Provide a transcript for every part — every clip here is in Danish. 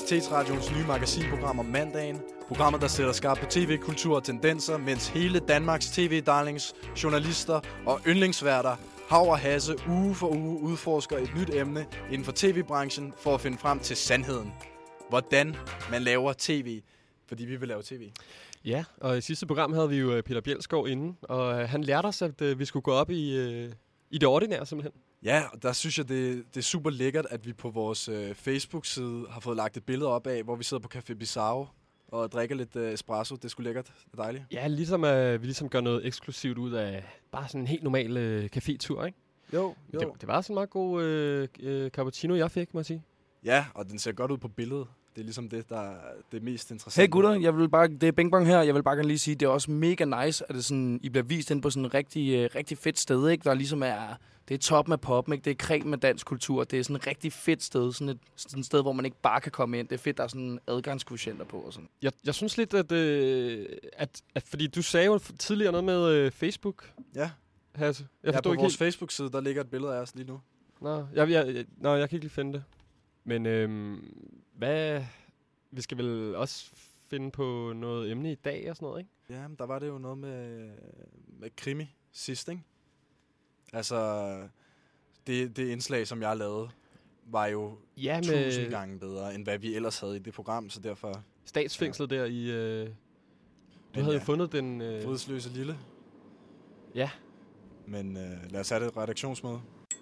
Universitetsradions nye magasinprogram om mandagen. Programmet, der sætter skarpt på tv-kultur og tendenser, mens hele Danmarks tv-darlings, journalister og yndlingsværter Hav og Hasse uge for uge udforsker et nyt emne inden for tv-branchen for at finde frem til sandheden. Hvordan man laver tv, fordi vi vil lave tv. Ja, og i sidste program havde vi jo Peter Bjelskov inde, og han lærte os, at vi skulle gå op i det ordinære simpelthen. Ja, og der synes jeg, det er super lækkert, at vi på vores Facebook-side har fået lagt et billede op af, hvor vi sidder på Café Bizarro og drikker lidt espresso. Det er sgu lækkert. Det er dejligt. Ja, ligesom vi gør noget eksklusivt ud af bare sådan en helt normal café-tur, ikke? Jo. Det var sådan en meget god cappuccino, jeg fik, må jeg sige. Ja, og den ser godt ud på billedet. Det er ligesom det, der er det mest interessante. Hey gutter, det er Bing Bong her. Jeg vil bare gerne lige sige, det er også mega nice, at det sådan, I bliver vist ind på sådan et rigtig fedt sted, ikke? Der ligesom det er toppen af poppen, ikke? Det er cremen med dansk kultur. Det er sådan et rigtig fedt sted, sådan et sted, hvor man ikke bare kan komme ind. Det er fedt, der er sådan adgangskvotienter på og sådan. Jeg synes lidt, at fordi du sagde jo tidligere noget med Facebook. Ja. Hasse. På vores Facebook-side, der ligger et billede af os lige nu. Nå, jeg kan ikke lige finde det. Men vi skal vel også finde på noget emne i dag og sådan noget, ikke? Ja, der var det jo noget med krimi sidst, ikke? Altså, det indslag, som jeg lavede, var jo 1000 gange bedre, end hvad vi ellers havde i det program, så derfor... Statsfængslet der i... Du havde jo fundet den... Fridsløse lille. Ja. Men lad os have et redaktionsmøde.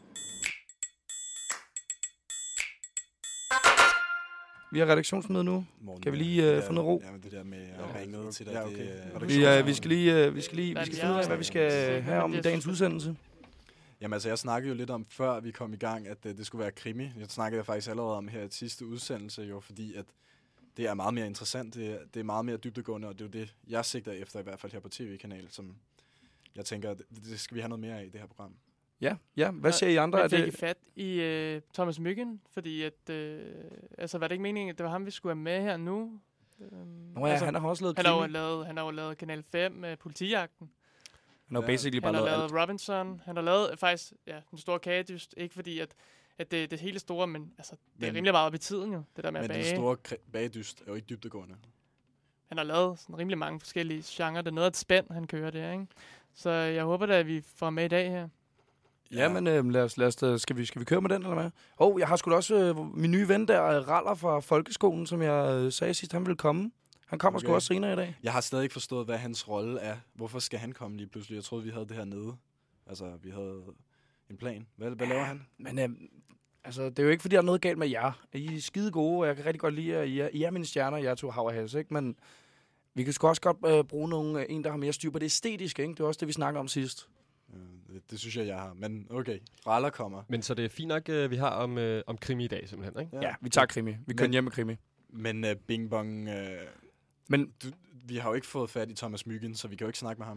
Vi har redaktionsmøde nu. Morgen, kan vi lige få noget ro? Ja, men det der med at ringe ned til dig, okay. Vi skal finde ud af, hvad vi skal have om i dagens udsendelse. Jamen altså, jeg snakkede jo lidt om, før vi kom i gang, at det skulle være krimi. Jeg snakkede faktisk allerede om her i sidste udsendelse, jo, fordi at det er meget mere interessant. Det er meget mere dybdegående, og det er jo det, jeg sigter efter, i hvert fald her på TV-kanal, som jeg tænker, at det skal vi have noget mere af i det her program. Ja. Hvad siger I andre? Jeg fik fat i Thomas Myggen, fordi at, var det ikke meningen, at det var ham, vi skulle have med her nu? Han har også lavet krimi. Han har jo lavet Kanal 5 med Politijagten. Han har basically bare lavet alt. Robinson. Han har lavet faktisk den store kagedyst. Ikke fordi, at det er hele store, men det er rimelig meget op i tiden jo, det der med at bage. Men den store bagedyst er jo ikke dybdegående. Han har lavet sådan rimelig mange forskellige genrer. Det er noget af et spænd, han kører der, ikke? Så jeg håber da, at vi får med i dag her. Ja, men lad os skal vi køre med den, eller hvad? Jeg har sgu da også min nye ven der, Raller fra folkeskolen, som jeg sagde sidst, han ville komme. Han kommer sgu også senere i dag. Jeg har stadig ikke forstået, hvad hans rolle er. Hvorfor skal han komme lige pludselig? Jeg troede, vi havde det her nede. Altså, vi havde en plan. Hvad laver han? Men det er jo ikke, fordi der er noget galt med jer. I er skide gode, og jeg kan rigtig godt lide, at I er mine stjerner, jeg to Hav og Hasse, ikke? Men vi kan sgu også godt bruge en, der har mere styr på det æstetiske, ikke? Det var også det, vi snakkede om sidst. Det synes jeg har. Men okay, Raller kommer. Men så det er fint nok, vi har om krimi i dag, simpelthen, ikke? Ja, vi tager krimi. Vi kører hjem med krimi. Men Bing Bong... vi har jo ikke fået fat i Thomas Myggen, så vi kan jo ikke snakke med ham.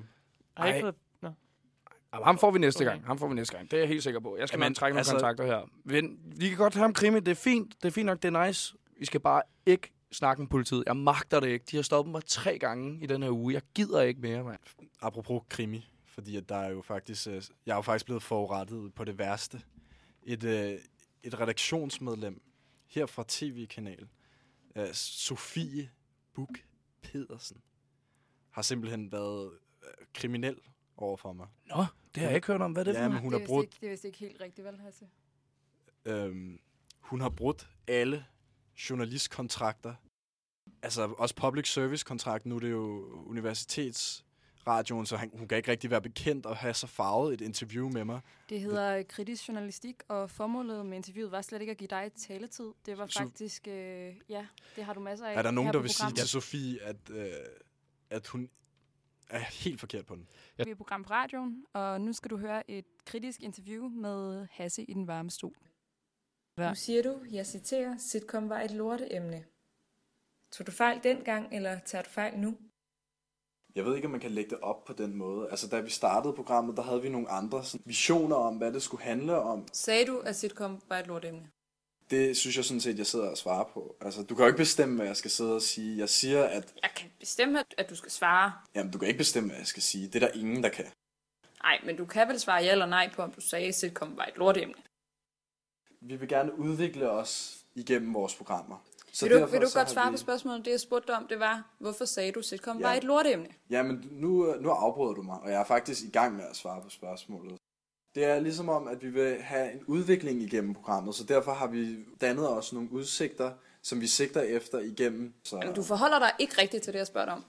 Ham får vi næste gang. Det er jeg helt sikker på. Jeg skal trække nogle kontakter her. Vi kan godt have ham krimi. Det er fint. Det er fint nok. Det er nice. Vi skal bare ikke snakke med politiet. Jeg magter det ikke. De har stoppet mig 3 gange i den her uge. Jeg gider ikke mere, mand. Apropos krimi. Fordi at der er jo faktisk... jeg er jo faktisk blevet forurettet på det værste. Et redaktionsmedlem her fra TV-kanal, Sofie Buch Pedersen, har simpelthen været kriminel overfor mig. Nå, det har jeg ikke hørt om. Hvad er det for? Men hun har brudt... Det er vist ikke helt rigtigt, vel, Hasse? Hun har brudt alle journalistkontrakter. Altså også public service kontrakt. Nu er det jo universitetsradioen, så hun kan ikke rigtig være bekendt og have så farvet et interview med mig. Det hedder kritisk journalistik, og formålet med interviewet var slet ikke at give dig taletid. Det var faktisk, det har du masser af. Er der nogen, der vil sige til Sofie, at hun er helt forkert på den? Vi er et program på radioen, og nu skal du høre et kritisk interview med Hasse i den varme stol. Nu siger du, jeg citerer, sitcom var et lorteemne. Tog du fejl dengang, eller tager du fejl nu? Jeg ved ikke, om man kan lægge det op på den måde. Altså, da vi startede programmet, der havde vi nogle andre visioner om, hvad det skulle handle om. Sagde du, at sitcom var et lorteemne? Det synes jeg sådan set, jeg sidder og svarer på. Altså, du kan jo ikke bestemme, hvad jeg skal sidde og sige. Jeg siger, at... Jeg kan bestemme, at du skal svare. Jamen, du kan ikke bestemme, hvad jeg skal sige. Det er der ingen, der kan. Nej, men du kan vel svare ja eller nej på, om du sagde, at sitcom var et lorteemne. Vi vil gerne udvikle os igennem vores programmer. Vil du godt svare på spørgsmålet? Det jeg spurgte om, det var, hvorfor sagde du, sitcom var et lorteemne? Ja, men nu afbryder du mig, og jeg er faktisk i gang med at svare på spørgsmålet. Det er ligesom om, at vi vil have en udvikling igennem programmet, så derfor har vi dannet os nogle udsigter, som vi sigter efter igennem. Så Men du forholder dig ikke rigtigt til det, jeg spørger om.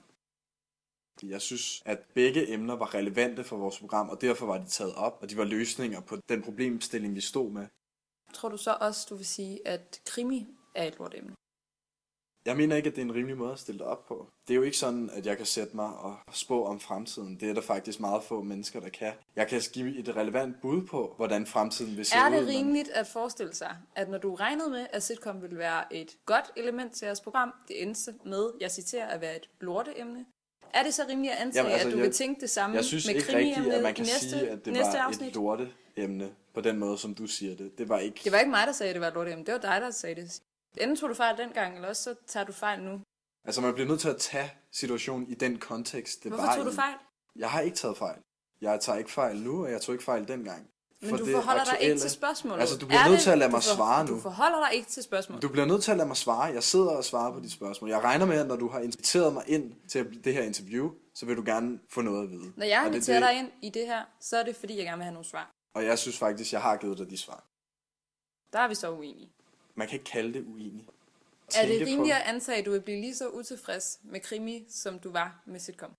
jeg synes, at begge emner var relevante for vores program, og derfor var de taget op, og de var løsninger på den problemstilling, vi stod med. Tror du så også, du vil sige, at krimi er et lortemne? Jeg mener ikke, at det er en rimelig måde at stille det op på. Det er jo ikke sådan, at jeg kan sætte mig og spå om fremtiden. Det er der faktisk meget få mennesker, der kan. Jeg kan give et relevant bud på, hvordan fremtiden vil se ud. Er det rimeligt at forestille sig, at når du regnede med, at sitcom ville være et godt element til jeres program, det endte med, jeg citerer, at være et lorteemne? Er det så rimeligt at antage, at du vil tænke det samme med krimi-emnet i næste afsnit? Jeg synes ikke rigtigt, at man kan sige, at det var et lorteemne på den måde, som du siger det. Det var ikke mig, der sagde, at det var et lorteemne. Det var dig, der sagde det. Enten tog du fejl dengang, eller også så tager du fejl nu. Altså, man bliver nødt til at tage situationen i den kontekst. Hvorfor tog du fejl? Jeg har ikke taget fejl. Jeg tager ikke fejl nu, og jeg tog ikke fejl dengang. Men du forholder dig ikke til spørgsmålet. Altså, du bliver nødt til at lade mig svare nu. Du forholder dig ikke til spørgsmålet. Du bliver nødt til at lade mig svare. Jeg sidder og svarer på de spørgsmål. Jeg regner med, at når du har inviteret mig ind til det her interview, så vil du gerne få noget at vide. Når jeg inviterer dig ind i det her, så er det fordi, jeg gerne vil have nogle svar. Og jeg synes faktisk, jeg har givet dig de svar. Der er vi så uenige. Man kan ikke kalde det uenig. Er det rimeligt at antage, at du vil blive lige så utilfreds med krimi, som du var med sitcom?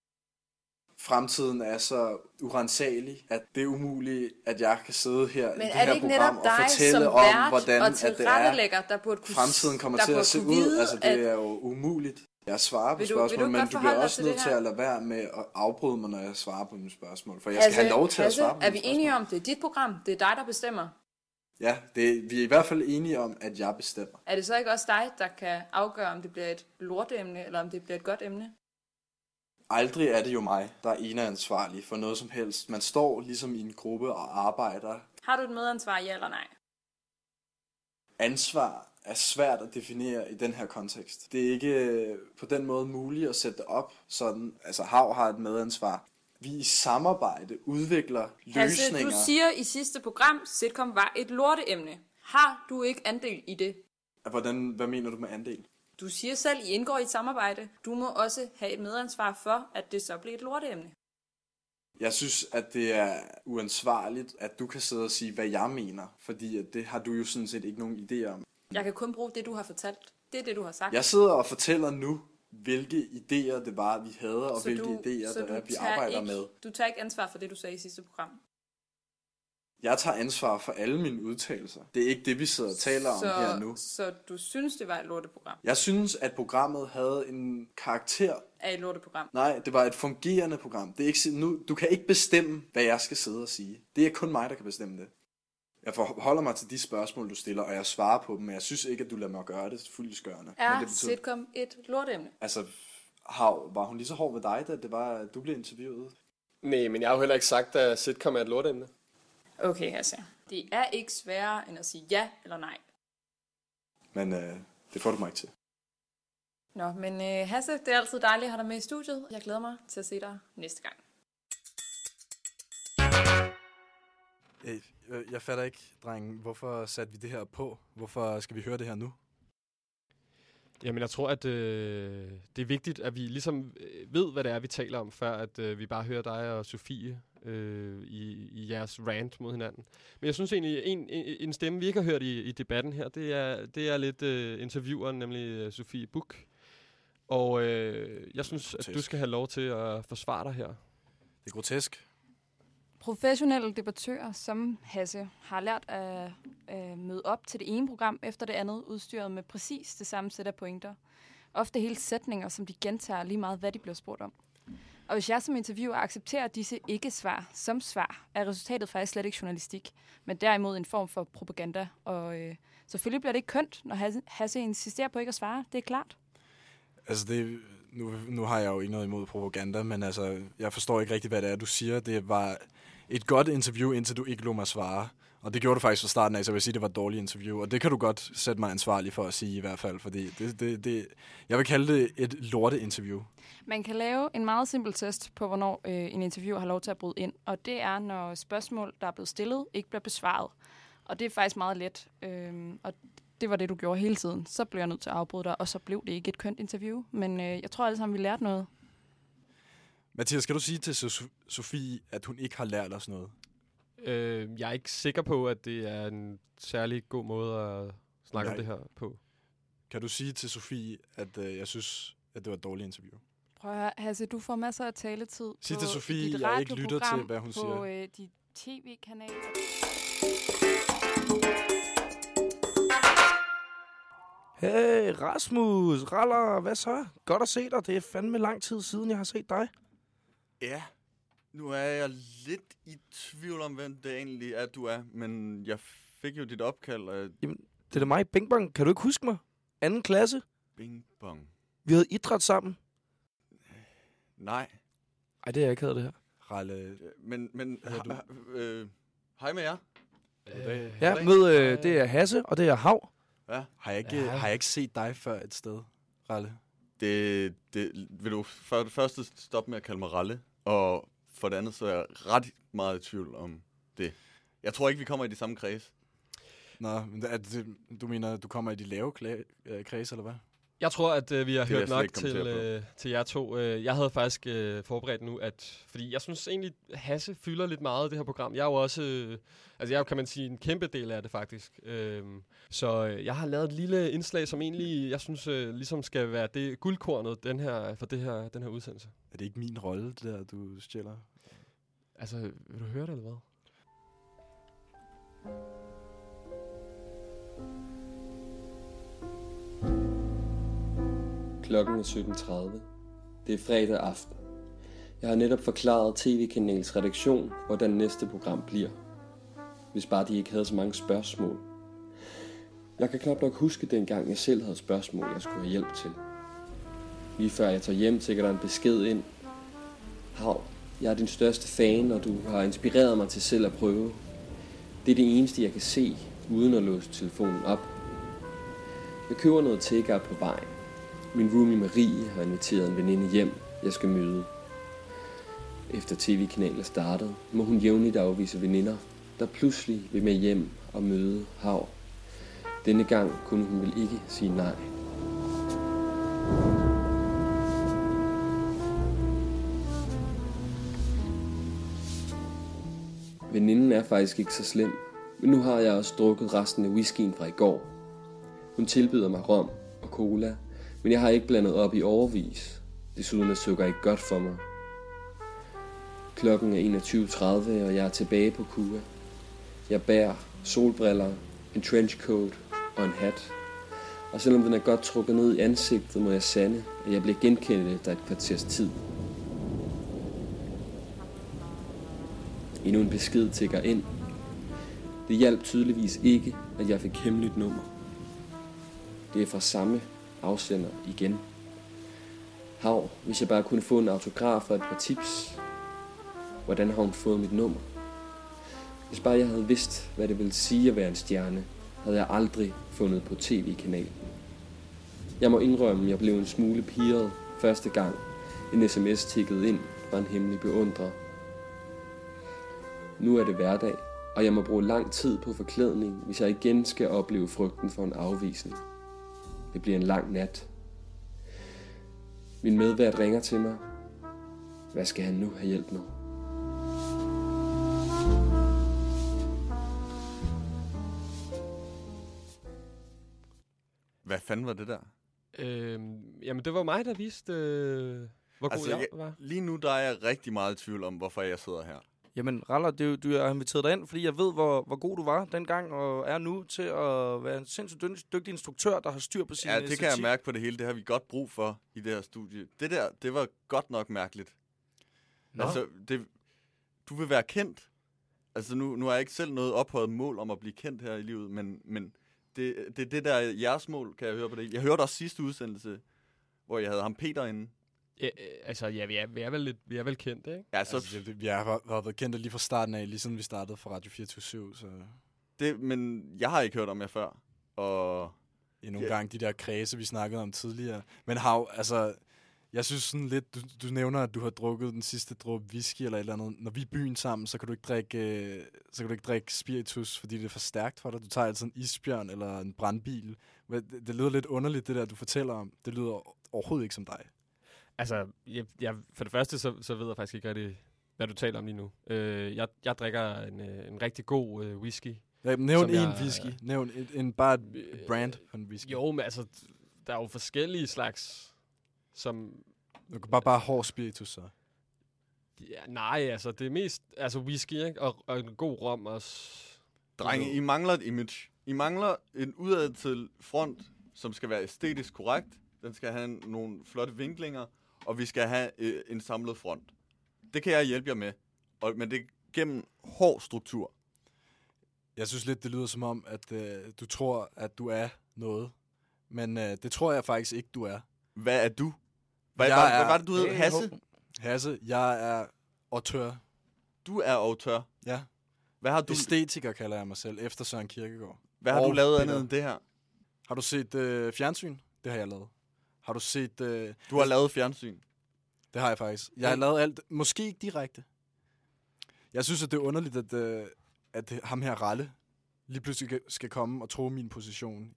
Fremtiden er så urensagelig, at det er umuligt, at jeg kan sidde her i det her program og fortælle om, hvordan at det er, der burde kunne, fremtiden kommer til at se ud. Altså, det er jo umuligt. Jeg svarer på spørgsmål, men du bliver også nødt til at lade være med at afbryde mig, når jeg svarer på mine spørgsmål. For jeg skal have lov til at svare på mine spørgsmål. Er vi enige om, det er dit program? Det er dig, der bestemmer? Ja, vi er i hvert fald enige om, at jeg bestemmer. Er det så ikke også dig, der kan afgøre, om det bliver et lorteemne, eller om det bliver et godt emne? Aldrig er det jo mig, der er eneansvarlig for noget som helst. Man står ligesom i en gruppe og arbejder. Har du et medansvar, ja eller nej? Ansvar er svært at definere i den her kontekst. Det er ikke på den måde muligt at sætte det op sådan. Altså, Hav har et medansvar. Vi i samarbejde udvikler løsninger. Du siger i sidste program, sitcom var et lorteemne. Har du ikke andel i det? Hvad mener du med andel? Du siger selv, I indgår i et samarbejde. Du må også have et medansvar for, at det så bliver et lorteemne. Jeg synes, at det er uansvarligt, at du kan sidde og sige, hvad jeg mener. Fordi at det har du jo sådan set ikke nogen idé om. Jeg kan kun bruge det, du har fortalt. Det er det, du har sagt. Jeg sidder og fortæller nu, hvilke idéer det var, vi havde, og hvilke idéer, vi arbejder med. Du tager ikke ansvar for det, du sagde i sidste program? Jeg tager ansvar for alle mine udtalelser. Det er ikke det, vi sidder og taler om her nu. Så du synes, det var et lorteprogram? Jeg synes, at programmet havde en karakter af et lorteprogram. Nej, det var et fungerende program. Det er ikke, du kan ikke bestemme, hvad jeg skal sidde og sige. Det er kun mig, der kan bestemme det. Jeg forholder mig til de spørgsmål, du stiller, og jeg svarer på dem, men jeg synes ikke, at du lader mig gøre det fyldestgørende. Er sitcom et lorteemne? Altså, var hun lige så hård ved dig, da det var, at du blev interviewet? Nej, men jeg har jo heller ikke sagt, at sitcom er et lorteemne. Okay, altså. Det er ikke sværere end at sige ja eller nej. Men det får du mig ikke til. Nå, men Hasse, det er altid dejligt at have dig med i studiet. Jeg glæder mig til at se dig næste gang. Jeg fatter ikke, drenge. Hvorfor satte vi det her på? Hvorfor skal vi høre det her nu? Jamen, jeg tror, at det er vigtigt, at vi ligesom ved, hvad det er, vi taler om, før at vi bare hører dig og Sofie i jeres rant mod hinanden. Men jeg synes egentlig, en stemme, vi ikke har hørt i debatten her, det er lidt intervieweren, nemlig Sofie Buch. Og jeg synes, at du skal have lov til at forsvare dig her. Det er grotesk. Professionelle debattører som Hasse har lært at møde op til det ene program efter det andet, udstyret med præcis det samme sæt af pointer. Ofte hele sætninger, som de gentager lige meget, hvad de bliver spurgt om. Og hvis jeg som interviewer accepterer disse ikke-svar som svar, er resultatet faktisk slet ikke journalistik, men derimod en form for propaganda. Og selvfølgelig bliver det ikke kønt, når Hasse insisterer på ikke at svare. Det er klart. Altså nu har jeg jo ikke noget imod propaganda, men altså, jeg forstår ikke rigtig, hvad det er, du siger. Det var et godt interview, indtil du ikke lod mig svare. Og det gjorde du faktisk fra starten af, så jeg vil sige, at det var et dårligt interview. Og det kan du godt sætte mig ansvarlig for at sige i hvert fald, fordi jeg vil kalde det et lorteinterview. Man kan lave en meget simpel test på, hvornår en interviewer har lov til at bryde ind. Og det er, når spørgsmål, der er blevet stillet, ikke bliver besvaret. Og det er faktisk meget let. Og det var det, du gjorde hele tiden, så blev jeg nødt til at afbryde dig, og så blev det ikke et kønt interview. Men jeg tror alle sammen, vi lærte noget. Mathias, skal du sige til Sofie, at hun ikke har lært os noget? Jeg er ikke sikker på, at det er en særlig god måde at snakke om det her på. Kan du sige til Sofie, at jeg synes, at det var et dårligt interview? Prøv at høre, Hasse, du får masser af taletid sig til Sofie, dit jeg ikke lytter til, hvad hun siger. På de tv-kanaler. Hey, Rasmus, Raller, hvad så? Godt at se dig. Det er fandme lang tid siden, jeg har set dig. Ja, nu er jeg lidt i tvivl om, hvem det egentlig er, du er. Men jeg fik jo dit opkald. Jamen, det er da mig, Bing Bong. Kan du ikke huske mig? 2. klasse. Bing Bong. Vi havde idræt sammen. Nej. Ej, det er jeg ikke havde det her. Ralle. Men hej med jer. Ja, det er Hasse, og det er Hav. Ja. Har jeg ikke set dig før et sted, Ralle? Det vil du for det første stoppe med at kalde mig Ralle, og for det andet så er jeg ret meget i tvivl om det. Jeg tror ikke, vi kommer i de samme kreds. Nå, men du mener, at du kommer i de lave kreds, eller hvad? Jeg tror, at vi har hørt nok til jer to. Jeg havde faktisk forberedt nu, fordi jeg synes egentlig, Hasse fylder lidt meget af det her program. Jeg er jo også, jeg er jo, kan man sige, en kæmpe del af det faktisk. Så jeg har lavet et lille indslag, som egentlig, jeg synes, ligesom skal være det guldkornet den her udsendelse. Er det ikke min rolle, det der, du stjæler? Altså, vil du høre det, eller hvad? Klokken er 17:30. Det er fredag aften. Jeg har netop forklaret TV-kanals redaktion, hvordan næste program bliver. Hvis bare de ikke havde så mange spørgsmål. Jeg kan knap nok huske dengang, jeg selv havde spørgsmål, jeg skulle have hjælp til. Lige før jeg tager hjem, tækker der en besked ind. Hav, jeg er din største fan, og du har inspireret mig til selv at prøve. Det er det eneste, jeg kan se, uden at låse telefonen op. Jeg køber noget take-up på vejen. Min roomie Marie har inviteret en veninde hjem, jeg skal møde. Efter tv-kanaler startede, må hun jævnligt afvise veninder, der pludselig vil med hjem og møde Hav. Denne gang kunne hun vel ikke sige nej. Veninden er faktisk ikke så slem, men nu har jeg også drukket resten af whiskyen fra i går. Hun tilbyder mig rom og cola, men jeg har ikke blandet op i overvis. Desuden er sukker ikke godt for mig. Klokken er 21:30, og jeg er tilbage på Kua. Jeg bærer solbriller, en trenchcoat og en hat. Og selvom den er godt trukket ned i ansigtet, må jeg sande, at jeg bliver genkendt efter et kvarters tid. Endnu en besked tikker ind. Det hjalp tydeligvis ikke, at jeg fik hemmeligt nummer. Det er fra samme afsender igen. Hav, hvis jeg bare kunne få en autograf og et par tips. Hvordan har hun fået mit nummer? Hvis bare jeg havde vidst, hvad det ville sige at være en stjerne, havde jeg aldrig fundet på tv-kanalen. Jeg må indrømme, at jeg blev en smule pirret første gang en sms tikkede ind fra en hemmelig beundrer. Nu er det hverdag, og jeg må bruge lang tid på forklædning, hvis jeg igen skal opleve frygten for en afvisning. Det bliver en lang nat. Min medvært ringer til mig. Hvad skal han nu have hjælp med? Hvad fanden var det der? Jamen, det var mig, der viste, hvor god jeg var. Lige nu der er jeg rigtig meget i tvivl om, hvorfor jeg sidder her. Jamen, Raller, du har inviteret dig ind, fordi jeg ved, hvor god du var dengang, og er nu til at være en sindssygt dygtig instruktør, der har styr på sine Ja, det kan jeg mærke på det hele. Det har vi godt brug for i det her studie. Det var godt nok mærkeligt. Nå. Altså, du vil være kendt. Altså, nu har jeg ikke selv noget ophøjet mål om at blive kendt her i livet, men det der jeres mål, kan jeg høre på det. Jeg hørte også sidste udsendelse, hvor jeg havde ham Peter inde. Vi er vel kendte, ikke? Ja, vi har været kendte lige fra starten af, lige siden vi startede fra Radio 24/7, så... Men jeg har ikke hørt om jer før, og... Nogle gange de der kredse, vi snakkede om tidligere. Men Hav, altså... Jeg synes sådan lidt, du nævner, at du har drukket den sidste dråbe whisky eller et eller andet. Når vi er i byen sammen, så kan du ikke drikke spiritus, fordi det er for stærkt for dig. Du tager altså en isbjørn eller en brandbil. Det lyder lidt underligt, det der, du fortæller om. Det lyder overhovedet ikke som dig. Altså, for det første, så ved jeg faktisk ikke rigtig, hvad du taler om lige nu. Jeg drikker en rigtig god whisky. Ja, nævn en whisky. Nævn bare et brand på en whisky. Jo, men altså, der er jo forskellige slags, som... Du kan bare hård spiritus, så. Ja, nej, altså, det er mest whisky, ikke? Og en god rom også. Drenge, I mangler et image. I mangler en udadtil front, som skal være æstetisk korrekt. Den skal have nogle flotte vinklinger, og vi skal have en samlet front. Det kan jeg hjælpe jer med, men det er gennem hård struktur. Jeg synes lidt, det lyder som om, at du tror, at du er noget. Men det tror jeg faktisk ikke, du er. Hvad er du? Hvad var det, du hed? Hasse? Hasse, jeg er autør. Du er autør? Ja. Hvad har du... Æstetiker kalder jeg mig selv, efter Søren Kierkegaard. Hvad har du lavet andet end det her? Har du set fjernsyn? Det har jeg lavet. Har du set... Du har lavet fjernsyn? Det har jeg faktisk. Jeg har lavet alt. Måske ikke direkte. Jeg synes, at det er underligt, at ham her Ralle lige pludselig skal komme og tro min position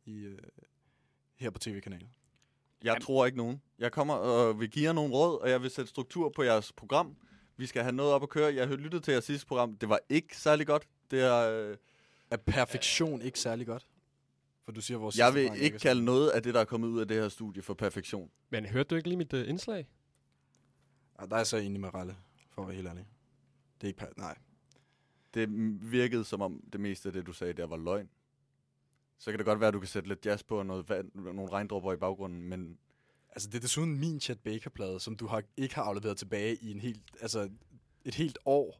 her på TV-kanalen. Jeg tror ikke nogen. Jeg kommer og vil give jer nogle råd, og jeg vil sætte struktur på jeres program. Vi skal have noget op at køre. Jeg har lyttet til jeres sidste program. Det var ikke særlig godt. Det er... Er perfektion ikke særlig godt? For du siger, vores jeg vil ikke kalde noget af det, der er kommet ud af det her studie, for perfektion. Men hørte du ikke lige mit indslag? Ja, der er jeg så enig med Ralle, for at være helt ærlig. Det er ikke nej. Det virkede som om det meste af det, du sagde, der var løgn. Så kan det godt være, at du kan sætte lidt jazz på og nogle regndråber i baggrunden, men... Altså, det er desuden min Chet Baker-plade, som du ikke har afleveret tilbage i et helt år.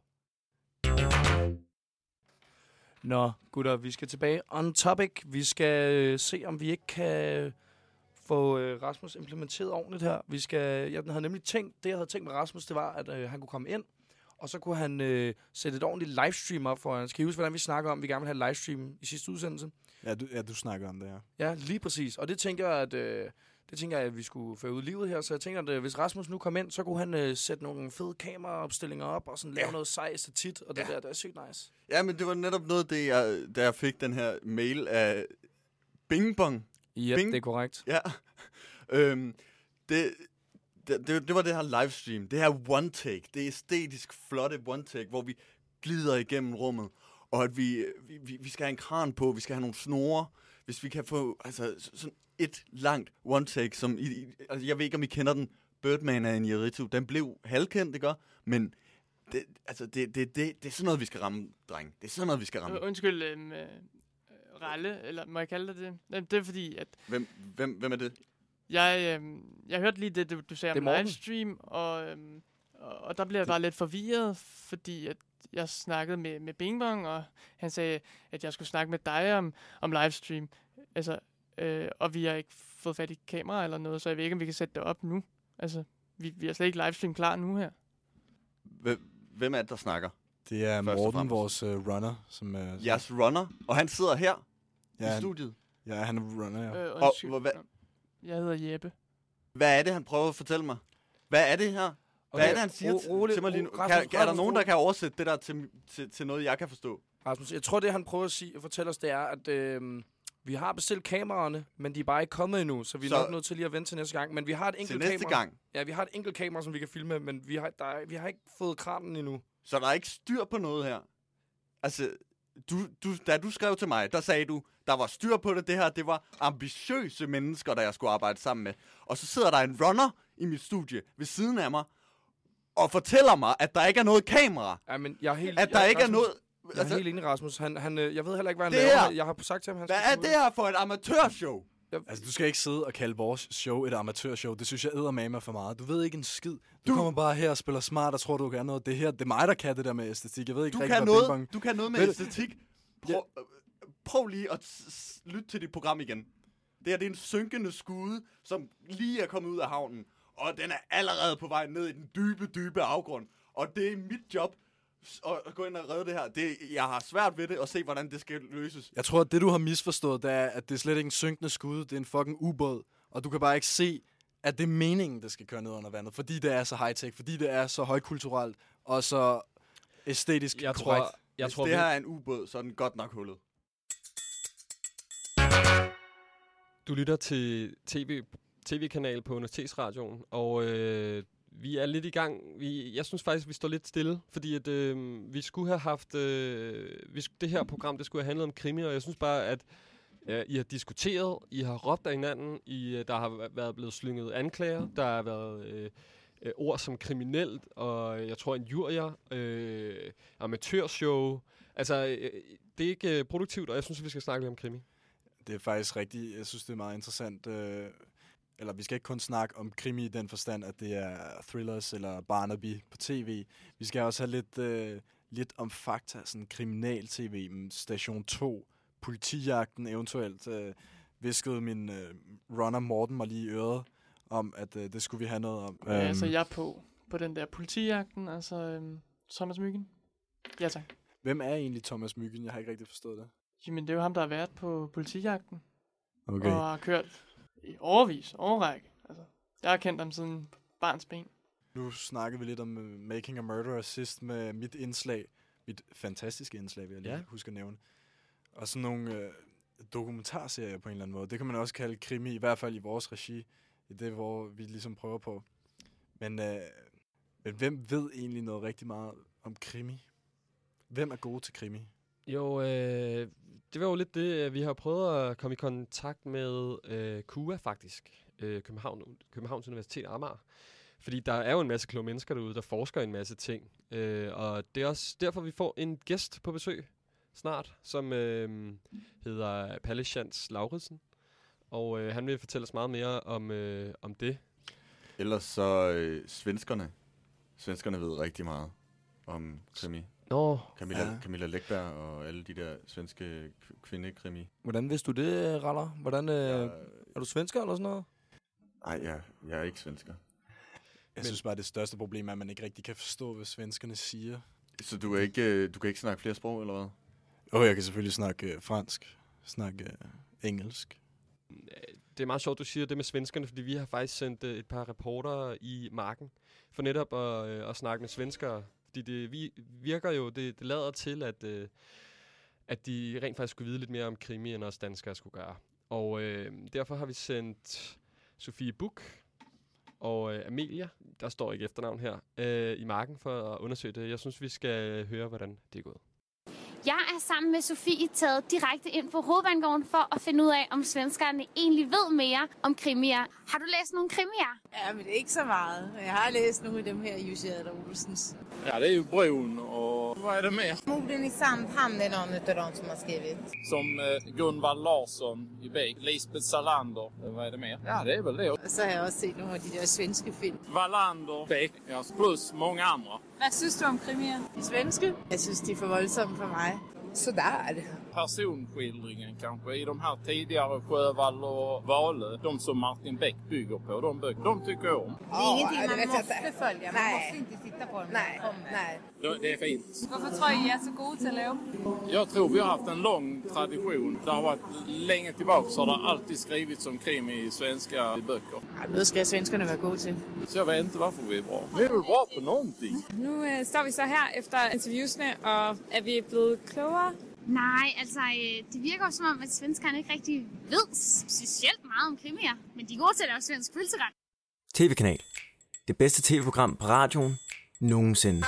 Nå, gutter, vi skal tilbage on topic. Vi skal se, om vi ikke kan få Rasmus implementeret ordentligt her. Jeg havde nemlig tænkt med Rasmus, det var, at han kunne komme ind, og så kunne han sætte et ordentligt livestream op for. Skal I huske, hvordan vi snakker om, vi gerne vil have livestream i sidste udsendelse? Ja, du snakker om det, ja. Ja, lige præcis. Og det tænker jeg, at vi skulle føre ud i livet her. Så jeg tænker, at hvis Rasmus nu kom ind, så kunne han sætte nogle fede kameraopstillinger op, og sådan lave noget sej tit, og det er sygt nice. Ja, men det var netop noget, da jeg fik den her mail af Bing Bong. Ja, det er korrekt. Ja. Det var det her livestream, det her one take, det æstetisk flotte one take, hvor vi glider igennem rummet, og at vi skal have en kran på, vi skal have nogle snore, hvis vi kan få sådan et langt one take, som altså jeg ved ikke, om I kender den, Birdman af Inarritu, den blev halvkendt, ikke? Men det er sådan noget, vi skal ramme, dreng. Det er sådan noget, vi skal ramme. Undskyld, Ralle, eller må jeg kalde det? Det er fordi, at... Hvem er det? Jeg hørte lige det, du sagde om livestream, og der blev jeg bare lidt forvirret, fordi at jeg snakkede med Bing Bong, og han sagde, at jeg skulle snakke med dig om livestream. Altså, og vi har ikke fået fat i kamera eller noget, så jeg ved ikke, om vi kan sætte det op nu. Altså, vi har slet ikke livestream klar nu her. Hvem er det, der snakker? Det er Morten, vores runner. Jeres runner? Og han sidder her i studiet? Ja, han er runner, ja. Jeg hedder Jeppe. Hvad er det, han prøver at fortælle mig? Hvad er det her? Hvad er det, han siger til mig lige nu? Er der nogen, der kan oversætte det der til noget, jeg kan forstå? Rasmus, jeg tror, det han prøver at fortælle os, det er, at vi har bestilt kameraerne, men de er bare ikke kommet endnu, så vi er nok nødt til lige at vente til næste gang. Men vi har et enkelt kamera. Til næste gang? Ja, vi har et enkelt kamera, som vi kan filme, men vi har ikke fået kranen endnu. Så der er ikke styr på noget her? Altså, da du skrev til mig, der sagde du, der var styr på det her, det var ambitiøse mennesker, der jeg skulle arbejde sammen med. Og så sidder der en runner i mit studie ved siden af mig, og fortæller mig, at der ikke er noget kamera. Ja, men jeg er helt... At der ikke er noget... Jeg er helt enig, Rasmus. Jeg ved heller ikke, hvad han laver. Jeg har sagt til ham, hvad er det her for et amatørshow? Altså, du skal ikke sidde og kalde vores show et amatørshow. Det synes jeg eddermame for meget. Du ved ikke en skid. Du kommer bare her og spiller smart og tror, du kan noget. Det er mig, der kan det der med æstetik. Jeg ved ikke rigtig, hvad Bing Bong... Du kan noget med æstetik. Prøv lige at lytte til dit program igen. Det er en synkende skude, som lige er kommet ud af havnen. Og den er allerede på vej ned i den dybe afgrund. Og det er mit job at gå ind og redde det her. Jeg har svært ved det at se, hvordan det skal løses. Jeg tror, at det, du har misforstået, det er, at det er slet ikke en synkende skude. Det er en fucking ubåd. Og du kan bare ikke se, at det er meningen, det skal køre ned under vandet, fordi det er så high-tech, fordi det er så højkulturelt og så æstetisk korrekt. Hvis det her er en ubåd, så er den godt nok hullet. Du lytter til tv-kanal på Universitetsradioen, og vi er lidt i gang. Jeg synes faktisk, vi står lidt stille, fordi at, vi skulle have haft... det her program, det skulle have handlet om krimi, og jeg synes bare, at I har diskuteret, I har råbt af hinanden, der har været blevet slynget anklager, der har været ord som kriminelt, og jeg tror injurier, amatørshow. Altså, det er ikke produktivt, og jeg synes, vi skal snakke lidt om krimi. Det er faktisk rigtigt. Jeg synes, det er meget interessant. Eller vi skal ikke kun snakke om krimi i den forstand, at det er thrillers eller Barnaby på tv. Vi skal også have lidt om fakta, sådan kriminal-tv, Station 2, politijagten eventuelt. Viskede min runner Morten mig lige i øret om, at det skulle vi have noget om. Ja, altså jeg er på den der politijagten, altså Thomas Myggen. Ja, tak. Hvem er egentlig Thomas Myggen? Jeg har ikke rigtig forstået det. Jamen, det er jo ham, der har været på politijagten. Okay. Og har kørt i årrække. Altså, jeg har kendt ham siden barns ben. Nu snakkede vi lidt om Making a Murderer sidst med mit indslag. Mit fantastiske indslag, vil jeg lige huske at nævne. Og sådan nogle dokumentarserier på en eller anden måde. Det kan man også kalde krimi, i hvert fald i vores regi. I det, hvor vi ligesom prøver på. Men hvem ved egentlig noget rigtig meget om krimi? Hvem er gode til krimi? Jo, det var jo lidt det, vi har prøvet at komme i kontakt med KUA faktisk. Københavns Universitet Amager. Fordi der er jo en masse kloge mennesker derude, der forsker en masse ting. Og det er også derfor, vi får en gæst på besøg snart, som hedder Palle Schantz Lauridsen. Og han vil fortælle os meget mere om det. Ellers så svenskerne. Svenskerne ved rigtig meget om krimi. Camilla Läckberg og alle de der svenske kvindekrimi. Hvordan vidste du det, Raller? Hvordan, er du svensker eller sådan noget? Nej, jeg er ikke svensker. Jeg synes bare, det største problem er, at man ikke rigtig kan forstå, hvad svenskerne siger. Så du kan ikke snakke flere sprog, eller hvad? Jeg kan selvfølgelig snakke fransk, snakke engelsk. Det er meget sjovt, du siger det med svenskerne, fordi vi har faktisk sendt et par reportere i marken for netop at snakke med svenskere. Fordi det virker jo, det lader til, at de rent faktisk skulle vide lidt mere om krimi, end os danskere skulle gøre. Og derfor har vi sendt Sofie Buch og Amelia, der står ikke efternavn her, i marken for at undersøge det. Jeg synes, vi skal høre, hvordan det er gået. Jeg er sammen med Sofie taget direkte ind på Hovedbanegården for at finde ud af, om svenskerne egentlig ved mere om krimier. Har du læst nogle krimier? Ja, men det er ikke så meget. Jeg har læst nogle af dem her, Jussi Adler-Olsens. Ja, det är ju Bron och vad är det mer? Morden i Sandhamn är någon av dem som har skrivit. Som Gunvald Larsson i Beck, Lisbeth Salander, vad är det mer? Ja, det är väl det. Og så har jeg også set nogle af de der svenske film. Wallander, Beck, ja, plus många andra. Hvad synes du om krimier? De svenske? Jeg synes, de er for voldsomme for mig. Så der er det. Personskildringen kanske i de här tidigare Sjövall och Valö, de som Martin Beck bygger på, de böcker, de tycker jag om. Det är ingenting man måste följa, man måste inte titta på dem. Nej. Det är fint. Hvorfor tror I er så gode til at lave? Jag tror vi har haft en lång tradition. Det har varit länge tillbaka så har det alltid skrivits om krim i svenska böcker. Ja, noget skal svenskerne være gode til. Så jag vet inte varför vi är bra. Vi är väl bra på någonting. Nu står vi så her efter interviewsene, og er vi blevet klogere? Nej, altså det virker som om, at svenskerne ikke rigtig ved specielt meget om krimier. Men de er gode til at lave svensk pølseret. TV-kanal. Det bedste tv-program på radioen nogensinde.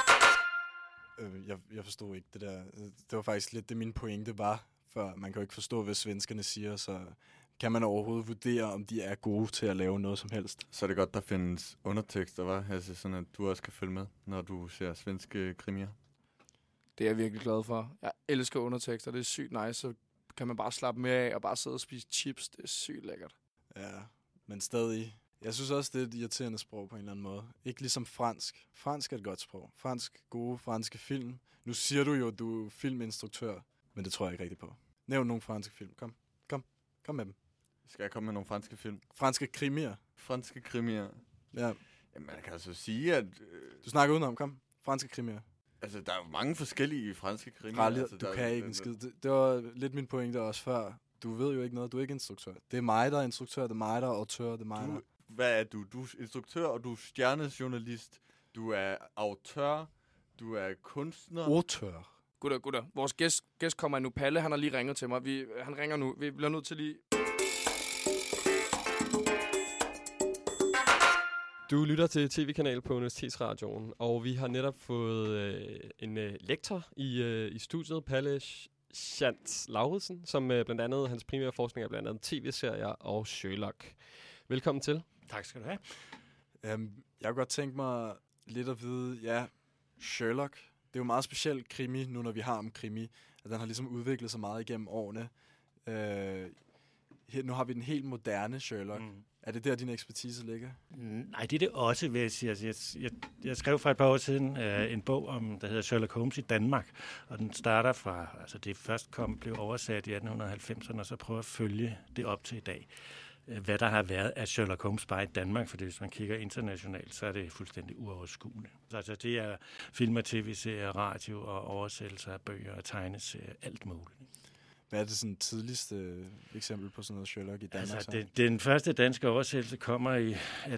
Jeg forstod ikke det der. Det var faktisk lidt det min pointe var, for man kan jo ikke forstå, hvad svenskerne siger, så kan man overhovedet vurdere, om de er gode til at lave noget som helst. Så er det godt, der findes undertekster, var, Hasse, sådan at du også kan følge med, når du ser svenske krimier. Det er jeg virkelig glad for. Jeg elsker undertekster, det er sygt nice, så kan man bare slappe mere af og bare sidde og spise chips. Det er sygt lækkert. Ja, men stadig. Jeg synes også, det er et irriterende sprog på en eller anden måde. Ikke ligesom fransk. Fransk er et godt sprog. Gode franske film. Nu siger du jo, at du er filminstruktør, men det tror jeg ikke rigtigt på. Nævn nogle franske film. Kom med dem. Skal jeg komme med nogle franske film? Franske krimier. Franske krimier? Ja. Jamen, man kan altså sige, at... Du snakker udenom, kom. Franske krimier. Altså, der er jo mange forskellige franske krimier. Rally, altså, du kan ikke en skid. Det var lidt min pointe også før. Du ved jo ikke noget, du er ikke instruktør. Det er mig, der er instruktør, det er mig, der er autør, det er mig, der... hvad er du? Du er instruktør, og du er stjernejournalist. Du er autør. Du er kunstner. Autør. Gutter. Vores gæst kommer nu. Palle, han har lige ringet til mig. Han ringer nu. Vi bliver nødt til lige... Du lytter til TV-kanal på Universitetsradioen, og vi har netop fået en lektor i studiet, Palle Schantz Lauridsen, som blandt andet, hans primære forskning er blandt andet tv-serier og Sherlock. Velkommen til. Tak skal du have. Jeg kunne godt tænke mig lidt at vide, Sherlock, det er jo meget specielt krimi, nu når vi har om krimi, at den har ligesom udviklet sig meget igennem årene. Nu har vi den helt moderne Sherlock. Er det der, din ekspertise ligger? Nej, det er det også, vil jeg sige. Jeg skrev for et par år siden en bog, der hedder Sherlock Holmes i Danmark, og den starter fra, altså det først blev oversat i 1890'erne, og så prøver at følge det op til i dag. Hvad der har været af Sherlock Holmes bare i Danmark, for hvis man kigger internationalt, så er det fuldstændig uoverskueligt. Altså det er film- tv-serier, radio og oversættelser af bøger og tegneserier, alt muligt. Hvad er det sådan tidligste eksempel på sådan noget Sherlock i Danmark? Altså, den første danske oversættelse kommer i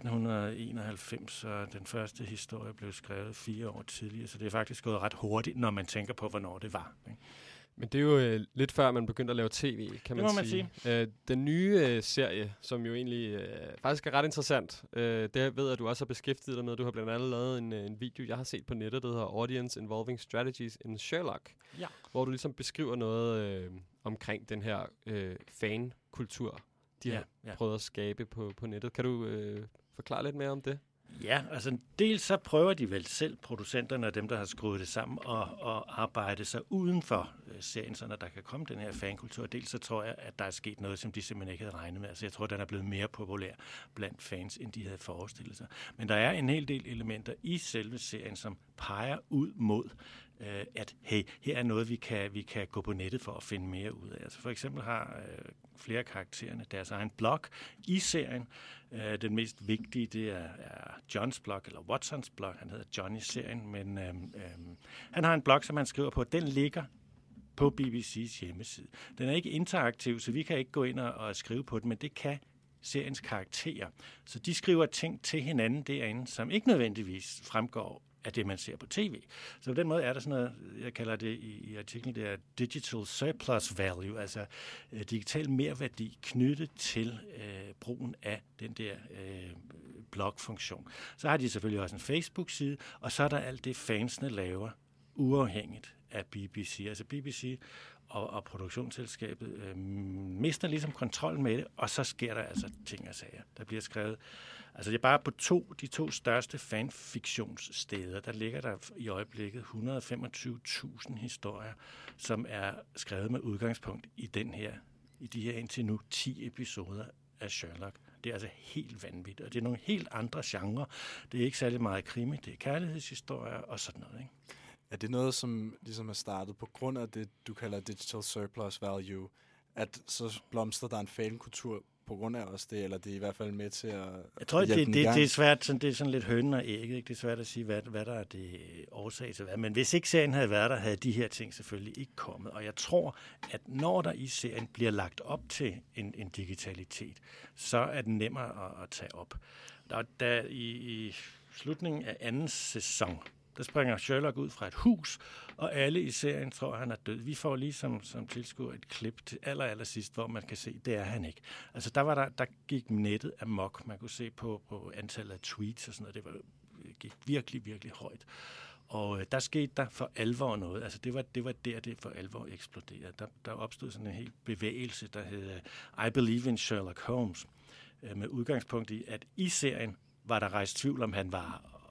1891, og den første historie blev skrevet 4 år tidligere, så det er faktisk gået ret hurtigt, når man tænker på, hvornår det var. Ikke? Men det er jo lidt før, man begyndte at lave tv, kan man sige. Den nye serie, som jo egentlig faktisk er ret interessant, det ved jeg, at du også har beskæftiget dig med. Du har blandt andet lavet en video, jeg har set på nettet, der hedder Audience Involving Strategies in Sherlock, hvor du ligesom beskriver noget omkring den her fan-kultur, de har prøvet at skabe på nettet. Kan du forklare lidt mere om det? Ja, altså dels så prøver de vel selv, producenterne og dem, der har skruet det sammen, og arbejde sig uden for serien, så der kan komme den her fankultur. Dels så tror jeg, at der er sket noget, som de simpelthen ikke havde regnet med. Altså jeg tror, den er blevet mere populær blandt fans, end de havde forestillet sig. Men der er en hel del elementer i selve serien, som peger ud mod, at hey, her er noget, vi kan gå på nettet for at finde mere ud af. Altså for eksempel har flere karaktererne deres egen blog i serien. Den mest vigtige, det er Johns blog, eller Watsons blog. Han hedder John i serien, men han har en blog, som han skriver på. Den ligger på BBC's hjemmeside. Den er ikke interaktiv, så vi kan ikke gå ind og skrive på den, men det kan seriens karakterer. Så de skriver ting til hinanden derinde, som ikke nødvendigvis fremgår af det, man ser på tv. Så på den måde er der sådan noget, jeg kalder det i artiklen, det er digital surplus value, altså digital merværdi knyttet til brugen af den der blogfunktion. Så har de selvfølgelig også en Facebook-side, og så er der alt det, fansene laver, uafhængigt af BBC. Altså BBC og produktionsselskabet mister ligesom kontrollen med det, og så sker der altså ting og sager. Der bliver skrevet, altså det er bare på de to største fanfiktionssteder, der ligger der i øjeblikket 125.000 historier, som er skrevet med udgangspunkt i de her indtil nu 10 episoder af Sherlock. Det er altså helt vanvittigt, og det er nogle helt andre genrer. Det er ikke særlig meget krimi, det er kærlighedshistorier og sådan noget, ikke? Er det noget, som ligesom er startet på grund af det, du kalder digital surplus value, at så blomstrer der en fankultur på grund af også det, eller det er i hvert fald med til at jeg tror, det er svært, det er sådan lidt hønen og ægget, ikke? Det er svært at sige, hvad der er det årsag til hvad. Men hvis ikke serien havde været der, havde de her ting selvfølgelig ikke kommet. Og jeg tror, at når der i serien bliver lagt op til en digitalitet, så er den nemmere at tage op. Der i slutningen af anden sæson, der springer Sherlock ud fra et hus, og alle i serien tror, han er død. Vi får lige som tilskuer et klip til allersidst, hvor man kan se, det er han ikke. Altså der gik nettet amok. Man kunne se på antallet af tweets og sådan noget. Det gik virkelig, virkelig højt. Og der skete der for alvor noget. Altså det var der, det for alvor eksploderede. Der opstod sådan en hel bevægelse, der hed I Believe in Sherlock Holmes, med udgangspunkt i, at i serien var der rejst tvivl, om han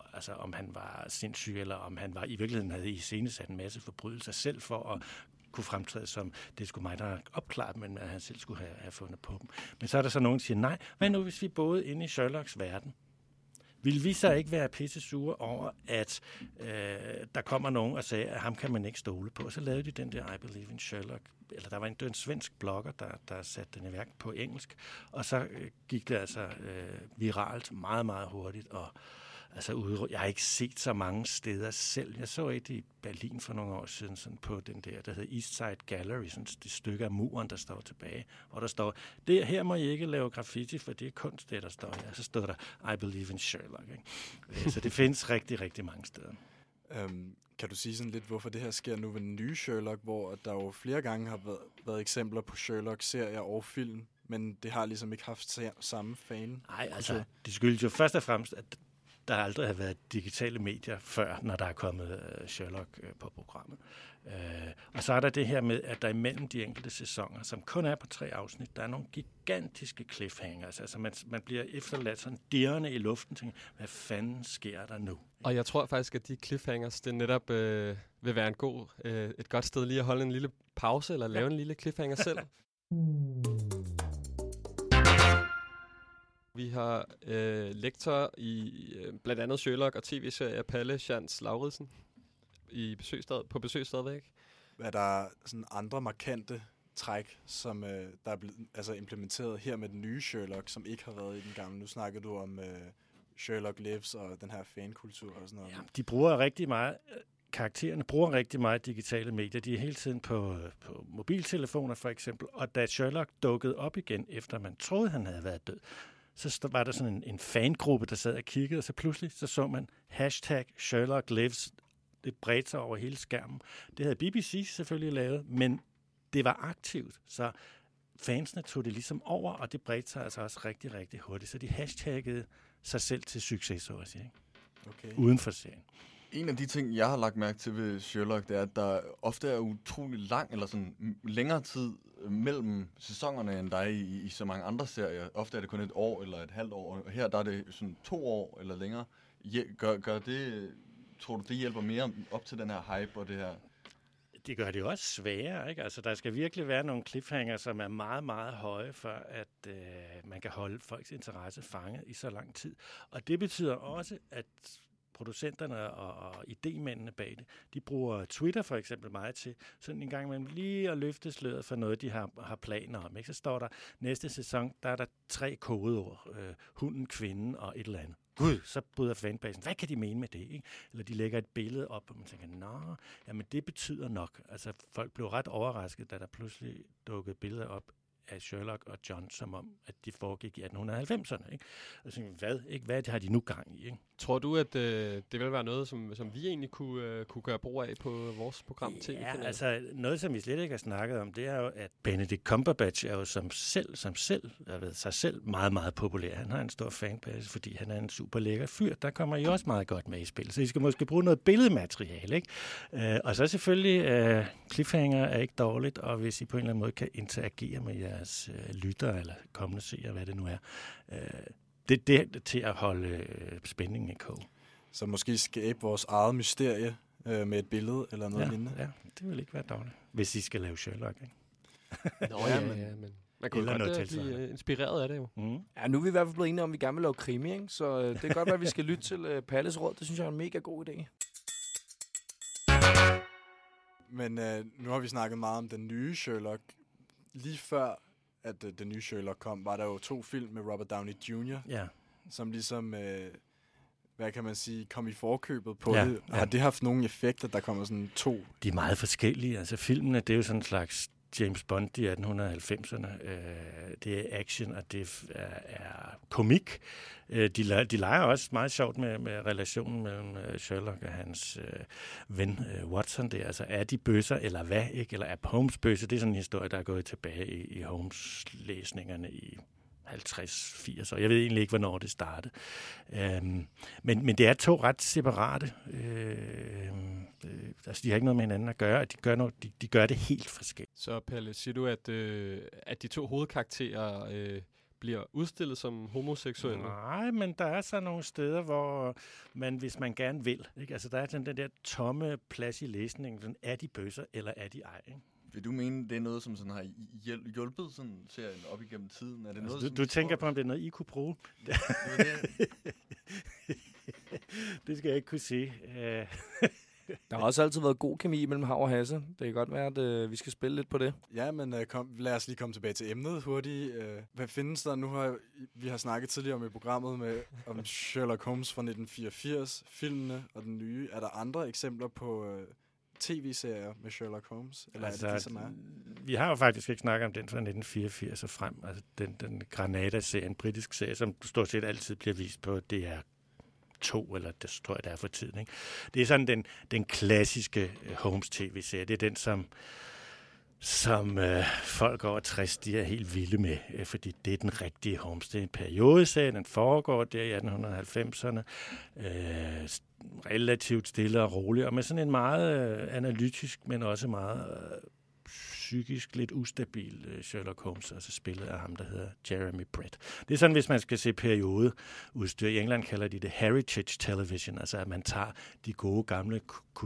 var sindssyg, eller om han i virkeligheden havde iscenesat en masse forbrydelser selv for at kunne fremtræde som, det skulle mig, der har opklaret, men at han selv skulle have fundet på dem. Men så er der så nogen, der siger, nej, hvad nu hvis vi boede inde i Sherlocks verden? Vil vi så ikke være pisse sure over, at der kommer nogen og sagde, at ham kan man ikke stole på? Og så lavede de den der I Believe in Sherlock, eller der var en svensk blogger, der satte den i værk på engelsk, og så gik det altså viralt meget, meget hurtigt, og Altså, jeg har ikke set så mange steder selv. Jeg så et i Berlin for nogle år siden, sådan på den der hed East Side Gallery, sådan det stykke af muren, der står tilbage, hvor der står, her må I ikke lave graffiti, for det er kunst, det der står her. Så står der, I believe in Sherlock. Ikke? Så det findes rigtig, rigtig mange steder. Kan du sige sådan lidt, hvorfor det her sker nu ved den nye Sherlock, hvor der jo flere gange har været eksempler på Sherlock-serier og film, men det har ligesom ikke haft samme fan? Nej, altså, det skyldes jo først og fremmest, at der aldrig har været digitale medier før, når der er kommet Sherlock på programmet. Og så er der det her med, at der imellem de enkelte sæsoner, som kun er på 3 afsnit, der er nogle gigantiske cliffhangers. Altså man bliver efterladt sådan dirrende i luften, tænker, hvad fanden sker der nu? Og jeg tror faktisk, at de cliffhangers, det netop vil være et godt sted lige at holde en lille pause, eller lave en lille cliffhanger selv. Vi har lektor i blandt andet Sherlock og tv-serier Palle Schantz Lauridsen på besøg stadigvæk. Er der sådan andre markante træk, som der er blevet implementeret her med den nye Sherlock, som ikke har været i den gamle? Nu snakker du om Sherlock Lives og den her fankultur og sådan noget. Ja, de bruger rigtig meget. Karaktererne bruger rigtig meget digitale medier. De er hele tiden på mobiltelefoner for eksempel. Og da Sherlock dukkede op igen, efter man troede, han havde været død, så var der sådan en fangruppe, der sad og kiggede, og så pludselig så man #Sherlock Lives. Det bredte sig over hele skærmen. Det havde BBC selvfølgelig lavet, men det var aktivt, så fansene tog det ligesom over, og det bredte sig altså også rigtig, rigtig hurtigt. Så de hashtaggede sig selv til succes, så at sige. Okay. Uden for serien. En af de ting, jeg har lagt mærke til ved Sherlock, det er, at der ofte er utrolig lang, eller sådan længere tid mellem sæsonerne, end der er i så mange andre serier. Ofte er det kun 1 år eller et halvt år, og her der er det sådan 2 år eller længere. Gør det, tror du, det hjælper mere op til den her hype og det her? Det gør det jo også sværere, ikke? Altså, der skal virkelig være nogle cliffhanger, som er meget, meget høje, for at man kan holde folks interesse fanget i så lang tid. Og det betyder også, at producenterne og idémændene bag det, de bruger Twitter for eksempel meget til sådan en gang imellem lige at løfte sløret for noget, de har planer om. Ikke? Så står der, næste sæson, der er der 3 kodeord. Hunden, kvinden og et eller andet. Gud, så bryder fanbasen. Hvad kan de mene med det? Ikke? Eller de lægger et billede op, og man tænker, jamen det betyder nok. Altså folk blev ret overrasket, da der pludselig dukkede billeder op af Sherlock og John, som om, at de foregik i 1890'erne. Ikke? Og så hvad har de nu gang i? Ikke? Tror du, at det vil være noget, som vi egentlig kunne gøre brug af på vores program? Ja, altså noget, som vi slet ikke har snakket om, det er jo, at Benedict Cumberbatch er jo sig selv meget, meget populær. Han har en stor fanbase, fordi han er en super lækker fyr. Der kommer I også meget godt med i spil. Så I skal måske bruge noget billedmateriale. Ikke? Og så selvfølgelig, cliffhanger er ikke dårligt, og hvis I på en eller anden måde kan interagere med jeres lyttere eller kommende seere, hvad det nu er, det er til at holde spændingen i kog. Så måske skabe vores eget mysterie med et billede eller noget lignende? Ja, det vil ikke være dårligt, hvis I skal lave Sherlock, ikke? Nå ja, men man kunne godt blive inspireret af det jo. Mm. Ja, nu er vi i hvert fald blevet enige om, at vi gerne vil lave krimi, ikke? Så det er godt være, at vi skal lytte til Palles råd. Det synes jeg er en mega god idé. Men nu har vi snakket meget om den nye Sherlock. Lige før at den nye Sherlock kom, var der jo 2 film med Robert Downey Jr., som ligesom, hvad kan man sige, kom i forkøbet på det. Har det haft nogle effekter, der kommer sådan 2? De er meget forskellige. Altså filmene, det er jo sådan en slags James Bond i 1890'erne. Det er action, og det er komik. De leger også meget sjovt med relationen mellem Sherlock og hans ven Watson. Det er altså, er de bøsser, eller hvad? Ikke? Eller er Holmes bøsser? Det er sådan en historie, der er gået tilbage i Holmes-læsningerne i 50-80 år. Jeg ved egentlig ikke, hvornår det startede. Men det er 2 ret separate. Altså, de har ikke noget med hinanden at gøre, og de gør det helt forskelligt. Så Palle, siger du, at de 2 hovedkarakterer bliver udstillet som homoseksuelle? Nej, men der er så nogle steder, hvor man, hvis man gerne vil, ikke? Altså, der er den der tomme plads i læsningen. Sådan, er de bøsser, eller er de ej? Ikke? Vil du mene, det er noget, som sådan har hjulpet sådan serien op igennem tiden? Er det altså, noget, du tænker på, om det er noget, I kunne bruge? Det skal jeg ikke kunne sige. Der har også altid været god kemi mellem Hav og Hasse. Det kan godt være, at vi skal spille lidt på det. Ja, men lad os lige komme tilbage til emnet hurtigt. Hvad findes der? Nu har vi har snakket tidligere om i programmet om Sherlock Holmes fra 1984, filmene og den nye. Er der andre eksempler på tv-serier med Sherlock Holmes? Eller altså, er det som er? Vi har jo faktisk ikke snakket om den fra 1984 og frem. Altså den Granada-serie, en britisk serie, som stort set altid bliver vist på DR2, eller det tror jeg, der er for tiden. Ikke? Det er sådan den klassiske Holmes-tv-serie. Det er den, som folk over 60, de er helt vilde med, fordi det er den rigtige Holmes. Det er en periodeserie, den foregår der i 1890'erne. Relativt stille og rolig, og med sådan en meget analytisk, men også meget psykisk lidt ustabil Sherlock Holmes, altså spillet af ham, der hedder Jeremy Brett. Det er sådan, hvis man skal se periodeudstyr. I England kalder de det heritage television, altså at man tager de gode gamle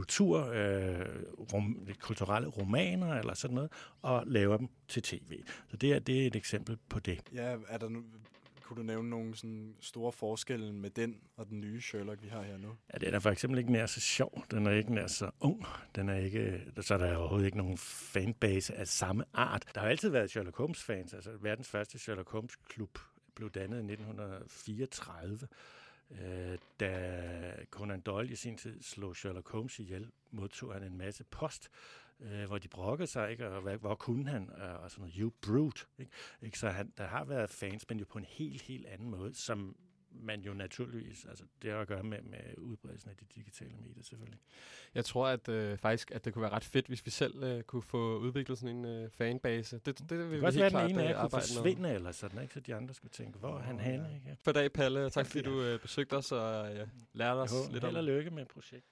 kulturelle romaner eller sådan noget, og laver dem til tv. Så det er et eksempel på det. Ja, kunne du nævne nogle sådan store forskelle med den og den nye Sherlock, vi har her nu? Ja, den er for eksempel ikke nær så sjov. Den er ikke nær så ung. Så er der overhovedet ikke nogen fanbase af samme art. Der har altid været Sherlock Holmes-fans. Altså verdens første Sherlock Holmes-klub blev dannet i 1934. Da Conan Doyle i sin tid slog Sherlock Holmes ihjel, modtog han en masse post, hvor de brokkede sig, ikke? Og hvor kunne han, og sådan noget, you brute, ikke? Så der har været fans, men jo på en helt anden måde, som man jo naturligvis, altså det har at gøre med udbredelsen af de digitale medier selvfølgelig. Jeg tror at faktisk, at det kunne være ret fedt, hvis vi selv kunne få udviklet sådan en fanbase. Det vil vi helt klart arbejde med. Kunne forsvinde eller sådan, ikke? Så de andre skulle tænke, hvor er han henne? Ikke? For dag, Palle, tak fordi du besøgte os og lærte os lidt om. Held og lykke med projektet.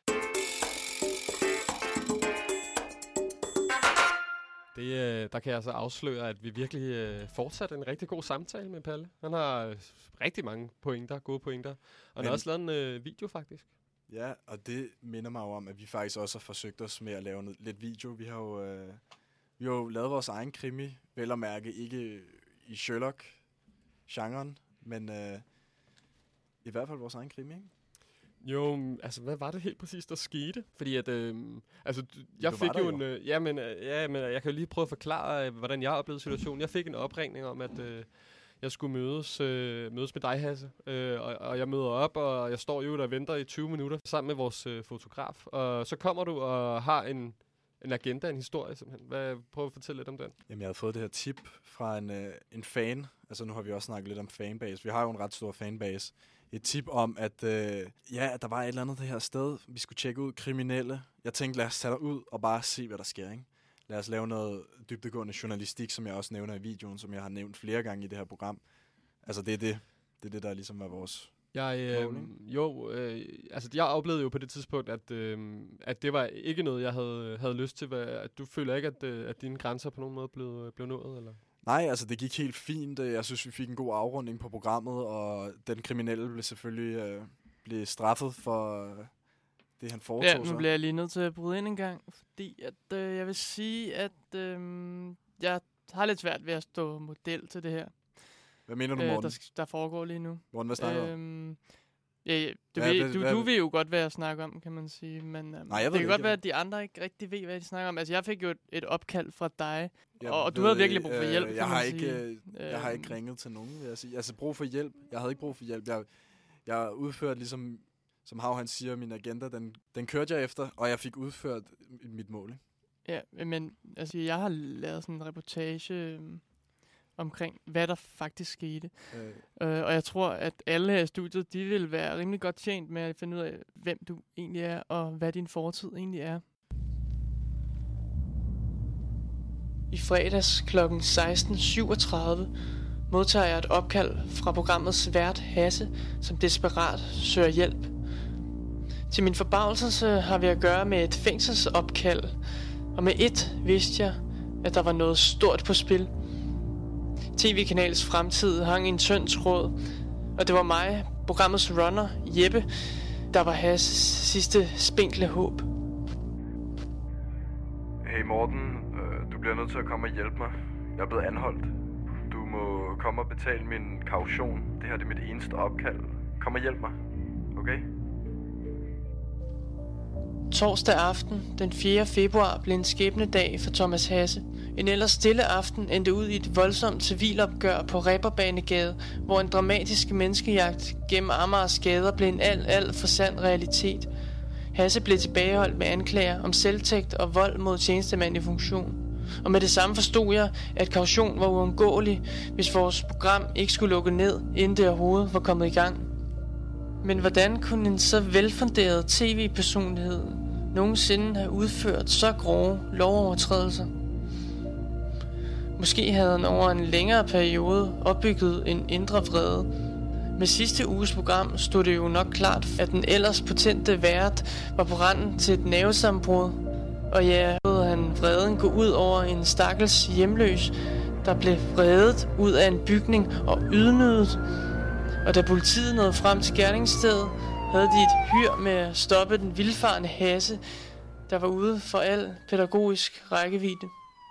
Der kan jeg så afsløre, at vi virkelig fortsatte en rigtig god samtale med Palle. Han har rigtig mange gode pointer. Og han har også lavet en video, faktisk. Ja, og det minder mig jo om, at vi faktisk også har forsøgt os med at lave lidt video. Vi har jo lavet vores egen krimi, vel at mærke ikke i Sherlock-genren, men i hvert fald vores egen krimi, ikke? Jo, altså hvad var det helt præcis, der skete? Fordi at, jeg fik jo en... men jeg kan jo lige prøve at forklare, hvordan jeg oplevede situationen. Jeg fik en opringning om, at jeg skulle mødes med dig, Hasse. Og jeg møder op, og jeg står jo der og venter i 20 minutter sammen med vores fotograf. Og så kommer du og har en agenda, en historie simpelthen. Prøv at fortælle lidt om den. Jamen, jeg havde fået det her tip fra en fan. Altså, nu har vi også snakket lidt om fanbase. Vi har jo en ret stor fanbase. Et tip om, at der var et eller andet det her sted, vi skulle tjekke ud kriminelle. Jeg tænkte, lad os tage ud og bare se, hvad der sker, ikke? Lad os lave noget dybdegående journalistik, som jeg også nævner i videoen, som jeg har nævnt flere gange i det her program. Altså, det er det, der ligesom er vores jeg oplevede jo på det tidspunkt, at det var ikke noget, jeg havde lyst til. At du føler ikke, at dine grænser på nogen måde blev nået, eller? Nej, altså det gik helt fint. Jeg synes, vi fik en god afrunding på programmet, og den kriminelle blev selvfølgelig blev straffet for det, han foretog sig. Ja, nu bliver jeg lige nødt til at bryde ind en gang, fordi at, jeg vil sige, at jeg har lidt svært ved at stå model til det her. Hvad mener du, Morten? Der foregår lige nu. Morten, hvad snakker du om? Du ved jo godt, hvad jeg snakker om, kan man sige. Men det kan godt være, at de andre ikke rigtig ved, hvad de snakker om. Altså, jeg fik jo et opkald fra dig, og du havde virkelig brug for hjælp, jeg har ikke ringet til nogen, vil jeg sige. Altså, brug for hjælp. Jeg havde ikke brug for hjælp. Jeg har udført, ligesom som Hav han siger, min agenda, den kørte jeg efter, og jeg fik udført mit mål. Ikke? Ja, men altså, jeg har lavet sådan en reportage omkring, hvad der faktisk skete. Og jeg tror, at alle her i studiet, de vil være rimelig godt tjent med at finde ud af, hvem du egentlig er, og hvad din fortid egentlig er. I fredags kl. 16.37 modtager jeg et opkald fra programmets vært Hasse, som desperat søger hjælp. Til min forbavselse har vi at gøre med et fængselsopkald, og med ét vidste jeg, at der var noget stort på spil. TV-kanalets fremtid hang i en tynd tråd, og det var mig, programmets runner, Jeppe, der var Hasses sidste spinkle håb. Hey Morten, du bliver nødt til at komme og hjælpe mig. Jeg er blevet anholdt. Du må komme og betale min kaution. Det her det er mit eneste opkald. Kom og hjælp mig, okay? Torsdag aften, den 4. februar, blev en skæbnedag for Thomas Hasse. En ellers stille aften endte ud i et voldsomt civilopgør på Reberbanegade, hvor en dramatisk menneskejagt gennem Amagers gader blev en alt for sand realitet. Hasse blev tilbageholdt med anklager om selvtægt og vold mod tjenestemand i funktion. Og med det samme forstod jeg, at kaution var uundgåelig, hvis vores program ikke skulle lukke ned, inden det overhovedet var kommet i gang. Men hvordan kunne en så velfunderet tv-personlighed nogensinde have udført så grove lovovertrædelser? Måske havde han over en længere periode opbygget en indre vrede. Med sidste uges program stod det jo nok klart, at den ellers potente vært var på randen til et nervesammenbrud. Og ja, havde han vreden gå ud over en stakkels hjemløs, der blev vredet ud af en bygning og ydmyget. Og da politiet nåede frem til gerningsstedet, havde de et hyr med at stoppe den vildfarne Hasse, der var ude for al pædagogisk rækkevidde.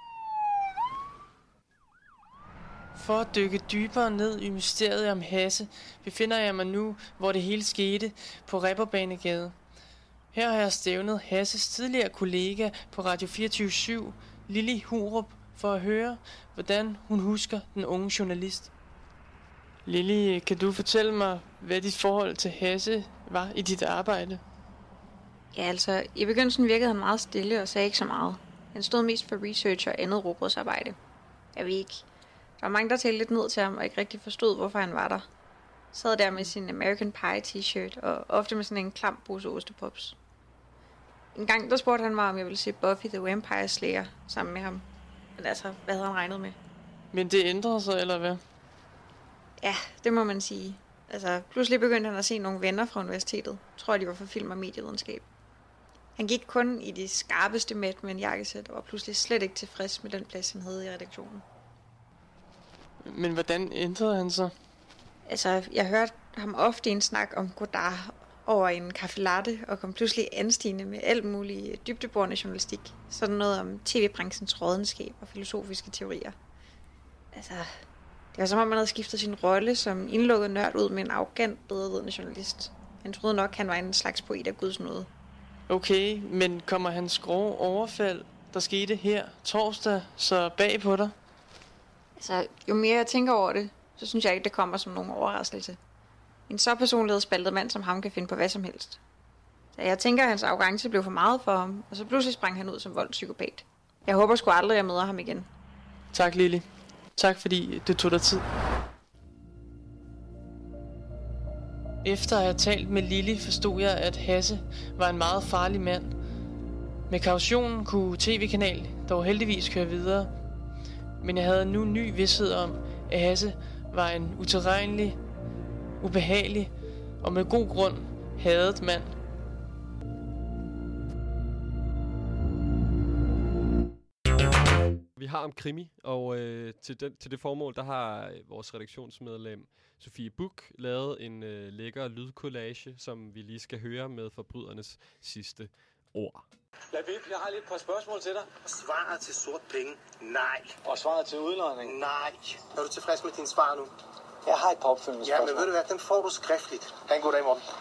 For at dykke dybere ned i mysteriet om Hasse, befinder jeg mig nu, hvor det hele skete, på Reberbanegade. Her har jeg stævnet Hasses tidligere kollega på Radio 24/7, Lili Hurup, for at høre, hvordan hun husker den unge journalist. Lili, kan du fortælle mig, hvad dit forhold til Hasse var i dit arbejde? Ja, altså, i begyndelsen virkede han meget stille og sagde ikke så meget. Han stod mest for research og andet robotsarbejde. Jeg ved ikke. Der var mange, der talte lidt ned til ham og ikke rigtig forstod, hvorfor han var der. Sad der med sin American Pie t-shirt og ofte med sådan en klam pose ostepops. En gang der spurgte han mig, om jeg ville se Buffy the Vampire Slayer sammen med ham. Men altså, hvad havde han regnet med? Men det ændrede sig, eller hvad? Ja, det må man sige. Altså, pludselig begyndte han at se nogle venner fra universitetet. Tror de var fra film- og medievidenskab. Han gik kun i de skarpeste mæt med en jakkesæt og var pludselig slet ikke tilfreds med den plads, han havde i redaktionen. Men hvordan ændrede han sig? Altså, jeg hørte ham ofte i en snak om Godard over en kaffe latte, og kom pludselig anstigende med alt muligt dybdeborende journalistik. Sådan noget om tv-branchens rådenskab og filosofiske teorier. Altså, det var som om man havde skiftet sin rolle som indlukket nørd ud med en arrogant, bedrevidende journalist. Han troede nok, han var en slags poet af Guds nåde. Okay, men kommer hans grove overfald, der skete her torsdag, så bag på dig? Altså, jo mere jeg tænker over det, så synes jeg ikke, det kommer som nogen overraskelse. En så personlighedsspaltet mand som ham kan finde på hvad som helst. Så jeg tænker, at hans arrogance blev for meget for ham, og så pludselig sprang han ud som voldspsykopat. Jeg håber sgu aldrig, jeg møder ham igen. Tak, Lili. Tak, fordi du tog dig tid. Efter at have talt med Lili, forstod jeg, at Hasse var en meget farlig mand. Med kautionen kunne tv-kanal dog heldigvis køre videre. Men jeg havde nu ny vished om, at Hasse var en utilregnelig, ubehagelig og med god grund hadet mand. Vi har om krimi, og til det formål, der har vores redaktionsmedlem Sofie Buch lavet en lækker lydkollage, som vi lige skal høre med forbrydernes sidste ord. Labib, jeg har lige et par spørgsmål til dig. Svaret til sort penge? Nej. Og svaret til udlodning? Nej. Er du tilfreds med din svar nu? Jeg har et par opfølgende spørgsmål. Ja, men ved du hvad, den får du skriftligt. Ha' en god dag, Morten.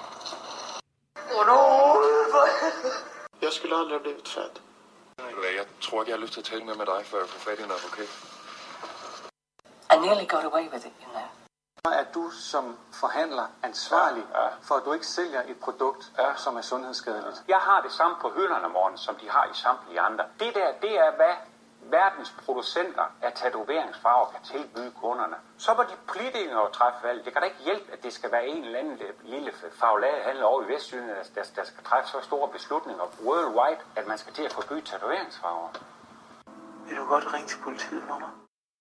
Jeg skulle aldrig have blevet fat. Jeg tror ikke, jeg har lyst til at tale mere med dig, før jeg får fat i en advokat. I nearly got away with it, you know. Er du som forhandler ansvarlig for, at du ikke sælger et produkt, som er sundhedsskadeligt? Jeg har det samme på hylderne, Morten, som de har i samtlige andre. Det der, det er, hvad verdens producenter af tatoveringsfarver kan tilbyde kunderne. Så var de politikere at træffe valg. Det kan da ikke hjælpe, at det skal være en eller anden lille farveladehandler over i Vestjylland, der skal træffe så store beslutninger worldwide, at man skal til at forbyde tatoveringsfarver. Vil du godt ringe til politiet, Morten?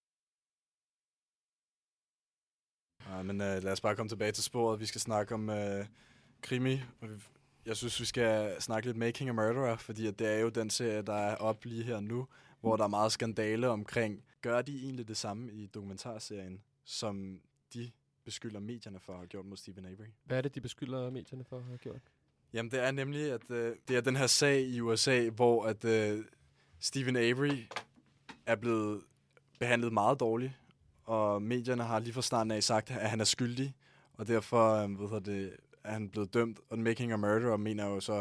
Ja, men lad os bare komme tilbage til sporet. Vi skal snakke om krimi. Jeg synes, vi skal snakke lidt Making a Murderer, fordi at det er jo den serie, der er op lige her nu, hvor der er meget skandale omkring. Gør de egentlig det samme i dokumentarserien, som de beskylder medierne for at have gjort mod Stephen Avery? Hvad er det, de beskylder medierne for at have gjort? Jamen, det er nemlig, at det er den her sag i USA, hvor at Stephen Avery er blevet behandlet meget dårligt, og medierne har lige fra starten af sagt, at han er skyldig, og derfor er han blevet dømt. Og Making a Murderer mener jo så,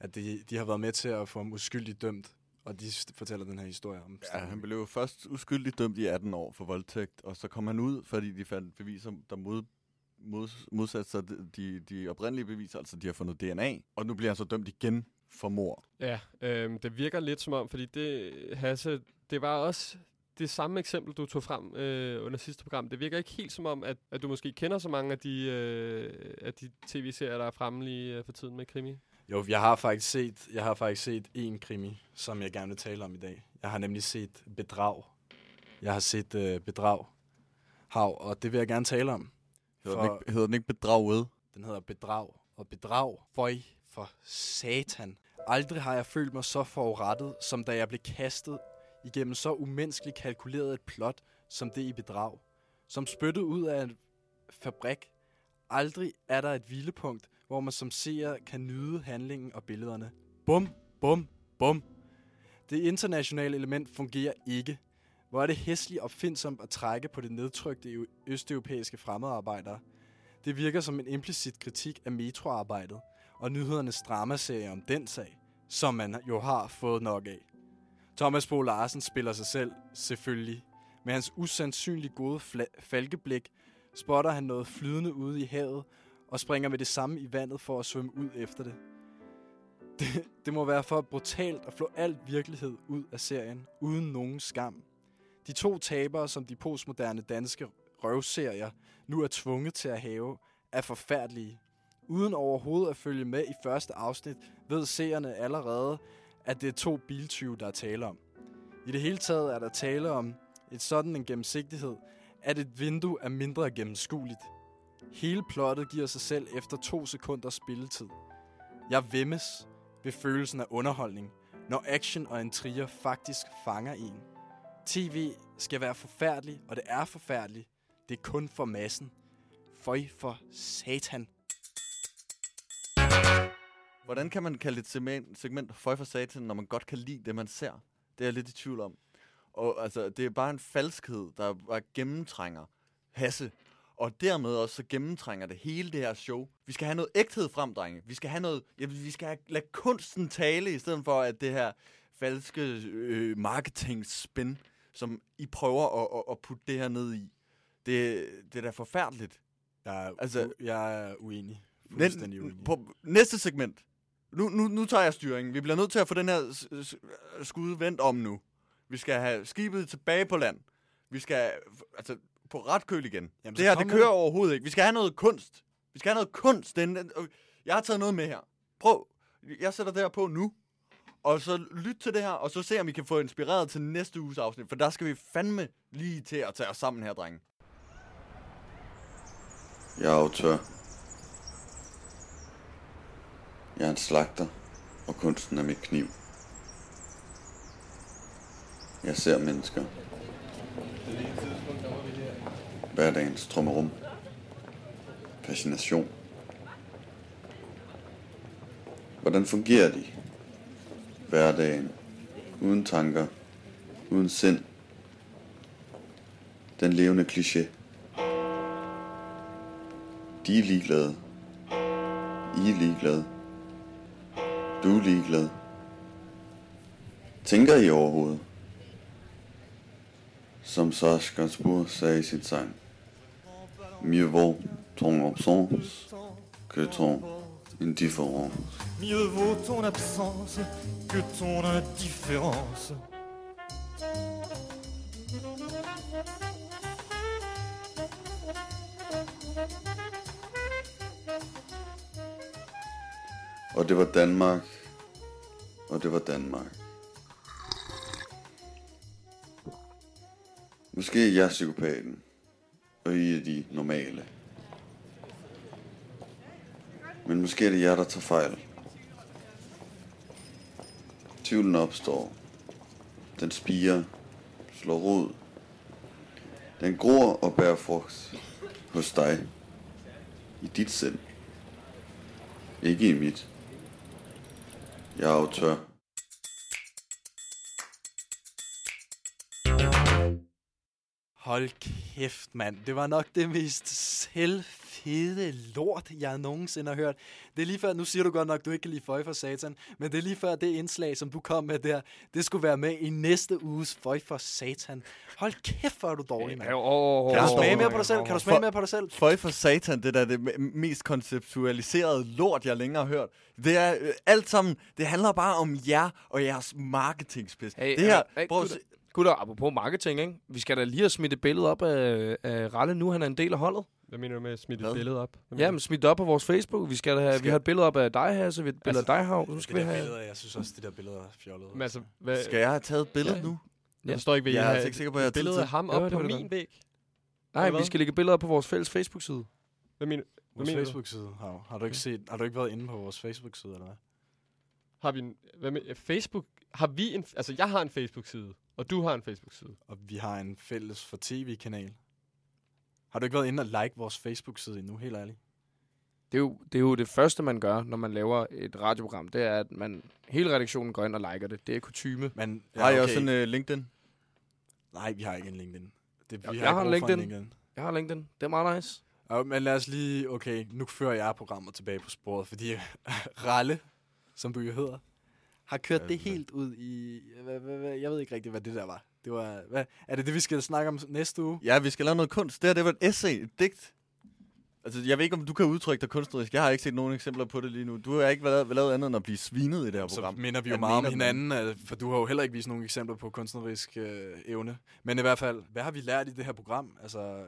at de har været med til at få ham uskyldigt dømt. Og de fortæller den her historie om. Ja, han blev først uskyldigt dømt i 18 år for voldtægt, og så kom han ud, fordi de fandt beviser, der modsatte sig de oprindelige beviser, altså de har fundet DNA, og nu bliver han så dømt igen for mord. Ja, det virker lidt som om, fordi Hasse, det var også det samme eksempel, du tog frem under sidste program. Det virker ikke helt som om, at du måske kender så mange af de tv-serier, der er fremme lige for tiden med krimi. Jo, jeg har faktisk set en krimi, som jeg gerne vil tale om i dag. Jeg har nemlig set Bedrag. Jeg har set Bedrag, Hav, og det vil jeg gerne tale om. Hedder den ikke Bedraget? Den hedder Bedrag, og Bedrag, for satan. Aldrig har jeg følt mig så forurettet, som da jeg blev kastet igennem så umenneskeligt kalkuleret et plot, som det i Bedrag. Som spyttet ud af en fabrik. Aldrig er der et hvilepunkt, hvor man som seer kan nyde handlingen og billederne. Bum, bum, bum. Det internationale element fungerer ikke. Hvor er det hæsligt opfindsomt at trække på det nedtrykte østeuropæiske fremmedarbejdere. Det virker som en implicit kritik af metroarbejdet og nyhedernes dramaserie om den sag, som man jo har fået nok af. Thomas Bo Larsen spiller sig selv, selvfølgelig. Med hans usandsynligt gode falkeblik spotter han noget flydende ude i havet og springer med det samme i vandet for at svømme ud efter det. Det må være for brutalt at flå alt virkelighed ud af serien, uden nogen skam. De 2 tabere, som de postmoderne danske røvserier nu er tvunget til at have, er forfærdelige. Uden overhovedet at følge med i første afsnit, ved seerne allerede, at det er 2 biltyve, der er tale om. I det hele taget er der tale om et sådan en gennemsigtighed, at et vindue er mindre gennemskueligt. Hele plottet giver sig selv efter 2 sekunders spilletid. Jeg væmmes ved følelsen af underholdning, når action og intriger faktisk fanger en. TV skal være forfærdelig, og det er forfærdeligt. Det er kun for massen. Føj for satan. Hvordan kan man kalde et segment føj for satan, når man godt kan lide det, man ser? Det er jeg lidt i tvivl om. Og altså, det er bare en falskhed, der bare gennemtrænger Hasse. Og dermed også så gennemtrænger det hele det her show. Vi skal have noget ægthed frem, drenge. Vi skal have noget, vi skal lade kunsten tale, i stedet for at det her falske marketing-spin, som I prøver at putte det her ned i. Det er da forfærdeligt. Jeg er uenig. Fuldstændig uenig. På næste segment. Nu tager jeg styringen. Vi bliver nødt til at få den her skud vendt om nu. Vi skal have skibet tilbage på land. Vi skal på ret køl igen. Jamen, det her, det kører overhovedet ikke. Vi skal have noget kunst. Vi skal have noget kunst. Jeg har taget noget med her. Prøv. Jeg sætter det her på nu. Og så lyt til det her, og så se, om vi kan få inspireret til næste uges afsnit. For der skal vi fandme lige til at tage os sammen her, drenge. Jeg er autør. Jeg er en slagter, og kunsten er mit kniv. Jeg ser mennesker. Hverdagens trummerum. Fascination. Hvordan fungerer de? Hverdagen. Uden tanker. Uden sind. Den levende kliché. De er ligeglade. I er ligeglade. Du er ligeglad. Tænker I overhovedet? Som Serge Gainsbourg sagde i sin sang. Mieux vaut ton absence que ton indifférence. Mieux vaut ton absence que ton indifférence. Og det var Danmark. Og det var Danmark. Måske er jeg psykopaten, og I er de normale. Men måske er det jer, der tager fejl. Tvivlen opstår. Den spirer, slår rod. Den gror og bærer frugt hos dig. I dit sind. Ikke i mit. Jeg er autør. Hold kæft, mand. Det var nok det mest fede lort, jeg nogensinde har hørt. Det er lige før, nu siger du godt nok, du ikke kan lide Føj for Satan, men det er lige før det indslag, som du kom med der, det skulle være med i næste uges Føj for Satan. Hold kæft, hvor er du dårlig, mand. Kan du smage mere på dig selv? Kan du smage mere på dig selv? Føj for Satan, det er det mest konceptualiserede lort, jeg længere har hørt. Det er alt sammen, det handler bare om jer og jeres marketingspids. Hey, det her, gutter, apropos marketing, ikke? Vi skal da lige have smidt et billede op af Ralle nu, han er en del af holdet. Hvad mener du med at smide et billede op? Ja, men smid det op på vores Facebook. Vi har et billede op af dig her, så vi har et billede af dig her. Nu skal vi have... billeder, jeg synes også, det der billeder er fjollet. Men altså, skal jeg have taget et billede nu? Jeg forstår ikke, hvad jeg har ikke sikker på, at jeg har billede af ham op på min væg. Nej, vi skal lægge billeder op på vores fælles Facebook-side. Hvad mener vores Facebook-side? Har du ikke været inde på vores Facebook-side, eller hvad? Har vi en Facebook? Har vi en... Altså, jeg har en Facebook-side, og du har en Facebook-side. Og vi har en fælles for TV-kanal. Har du ikke været inde og like vores Facebook-side endnu, helt ærligt? Det er jo det første, man gør, når man laver et radioprogram. Det er, at hele redaktionen går ind og liker det. Det er kutyme. Har I også en LinkedIn? Nej, vi har ikke en LinkedIn. Jeg har LinkedIn. Jeg har LinkedIn. Det er meget nice. Ja, men lad os lige... Okay, nu fører jeg programmet tilbage på sporet, fordi Ralle, som du jo hedder, har kørt det helt ud i... Jeg ved ikke rigtig, hvad det der var. Det var... Er det, vi skal snakke om næste uge? Ja, vi skal lave noget kunst. Det var et essay, et digt. Altså, jeg ved ikke, om du kan udtrykke dig kunstnerisk. Jeg har ikke set nogen eksempler på det lige nu. Du har ikke lavet andet end at blive svinet i det her program. Så minder vi jo meget om hinanden, for du har jo heller ikke vist nogen eksempler på kunstnerisk evne. Men i hvert fald, hvad har vi lært i det her program? Altså,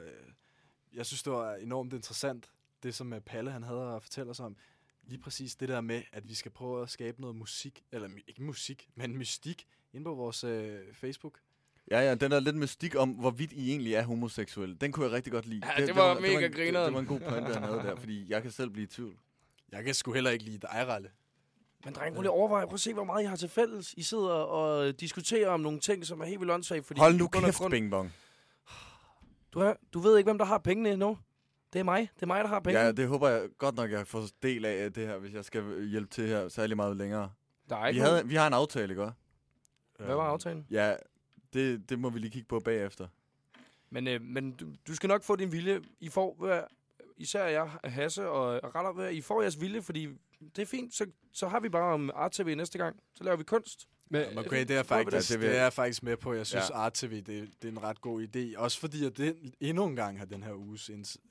jeg synes, det var enormt interessant, det som Palle han havde at fortælle os om. Lige præcis det der med, at vi skal prøve at skabe noget musik, eller ikke musik, men mystik, inde på vores Facebook. Ja, den er lidt mystik om, hvorvidt I egentlig er homoseksuelle. Den kunne jeg rigtig godt lide. Ja, det var mega grineren. Det var en god pointe, han havde der, fordi jeg kan selv blive i tvivl. Jeg kan sgu heller ikke lide dig, Ralle. Men dreng, prøv lige overveje. Prøv at se, hvor meget I har til fælles. I sidder og diskuterer om nogle ting, som er helt vildt åndssvagt. Hold nu kæft, Bing Bong. Du ved ikke, hvem der har pengene nu. Det er mig. Det er mig, der har pengene. Ja, det håber jeg godt nok, jeg får del af det her, hvis jeg skal hjælpe til her særlig meget længere. Der er ikke vi har en aftale, ikke? Hvad var aftalen? Ja, det må vi lige kigge på bagefter. Men du skal nok få din vilje. I får, især jeg, Hasse og Raller, I får jeres vilje, fordi det er fint. Så har vi bare om Art-TV næste gang. Så laver vi kunst. Men, okay, det er jeg faktisk med på. Jeg synes, Art-TV, det er en ret god idé. Også fordi, at det endnu en gang har den her uges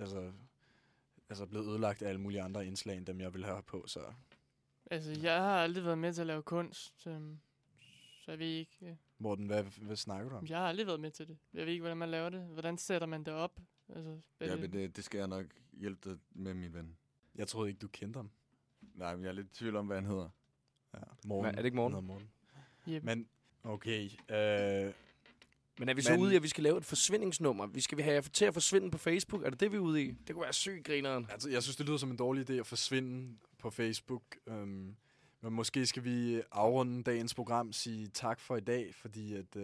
blevet ødelagt af alle mulige andre indslag, end dem jeg vil have på. Så. Altså, jeg har aldrig været med til at lave kunst, så jeg ved ikke... Morten, hvad snakker du om? Jeg har aldrig været med til det. Jeg ved ikke, hvordan man laver det. Hvordan sætter man det op? Altså, ja, men det skal jeg nok hjælpe dig med, min ven. Jeg troede ikke, du kendte ham. Nej, men jeg er lidt i tvivl om, hvad han hedder. Ja, Morten. Er det ikke Morten? Yep. Men, okay. Men er vi så ude i, at vi skal lave et forsvindingsnummer? Vi skal have jer til at forsvinde på Facebook? Er det det, vi er ude i? Det kunne være sygt grineren. Altså, jeg synes, det lyder som en dårlig idé at forsvinde på Facebook. Men måske skal vi afrunde dagens program, sige tak for i dag, fordi at...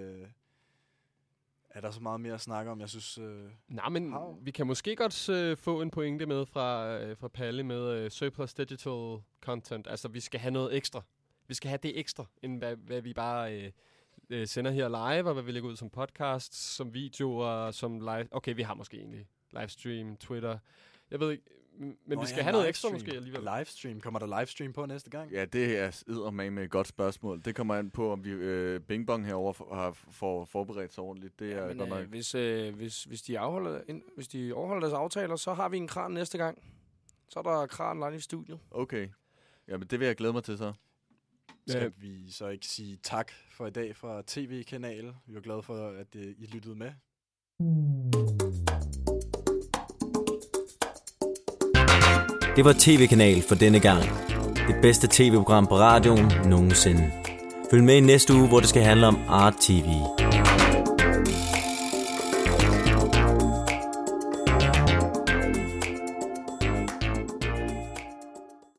er der så meget mere at snakke om? Jeg synes... Nej, men vi kan måske godt få en pointe med fra Palle med surplus digital content. Altså, vi skal have noget ekstra. Vi skal have det ekstra, end hvad vi bare sender her live, og hvad vi lægger ud som podcast, som videoer, som live... Okay, vi har måske egentlig livestream, Twitter. Jeg ved ikke, men vi skal have noget ekstra måske alligevel. Livestream? Kommer der livestream på næste gang? Ja, det er eddermame et godt spørgsmål. Det kommer an på, om vi Bing Bong herovre har forberedt sig ordentligt. Det er godt nok. Hvis de overholder deres aftaler, så har vi en kran næste gang. Så er der kran live i studiet. Okay. Jamen, det vil jeg glæde mig til så. Skal vi så ikke sige tak for i dag fra TV-kanal? Vi er glade for, at I lyttede med. Det var TV-kanal for denne gang. Det bedste tv-program på radioen nogensinde. Følg med i næste uge, hvor det skal handle om Art TV.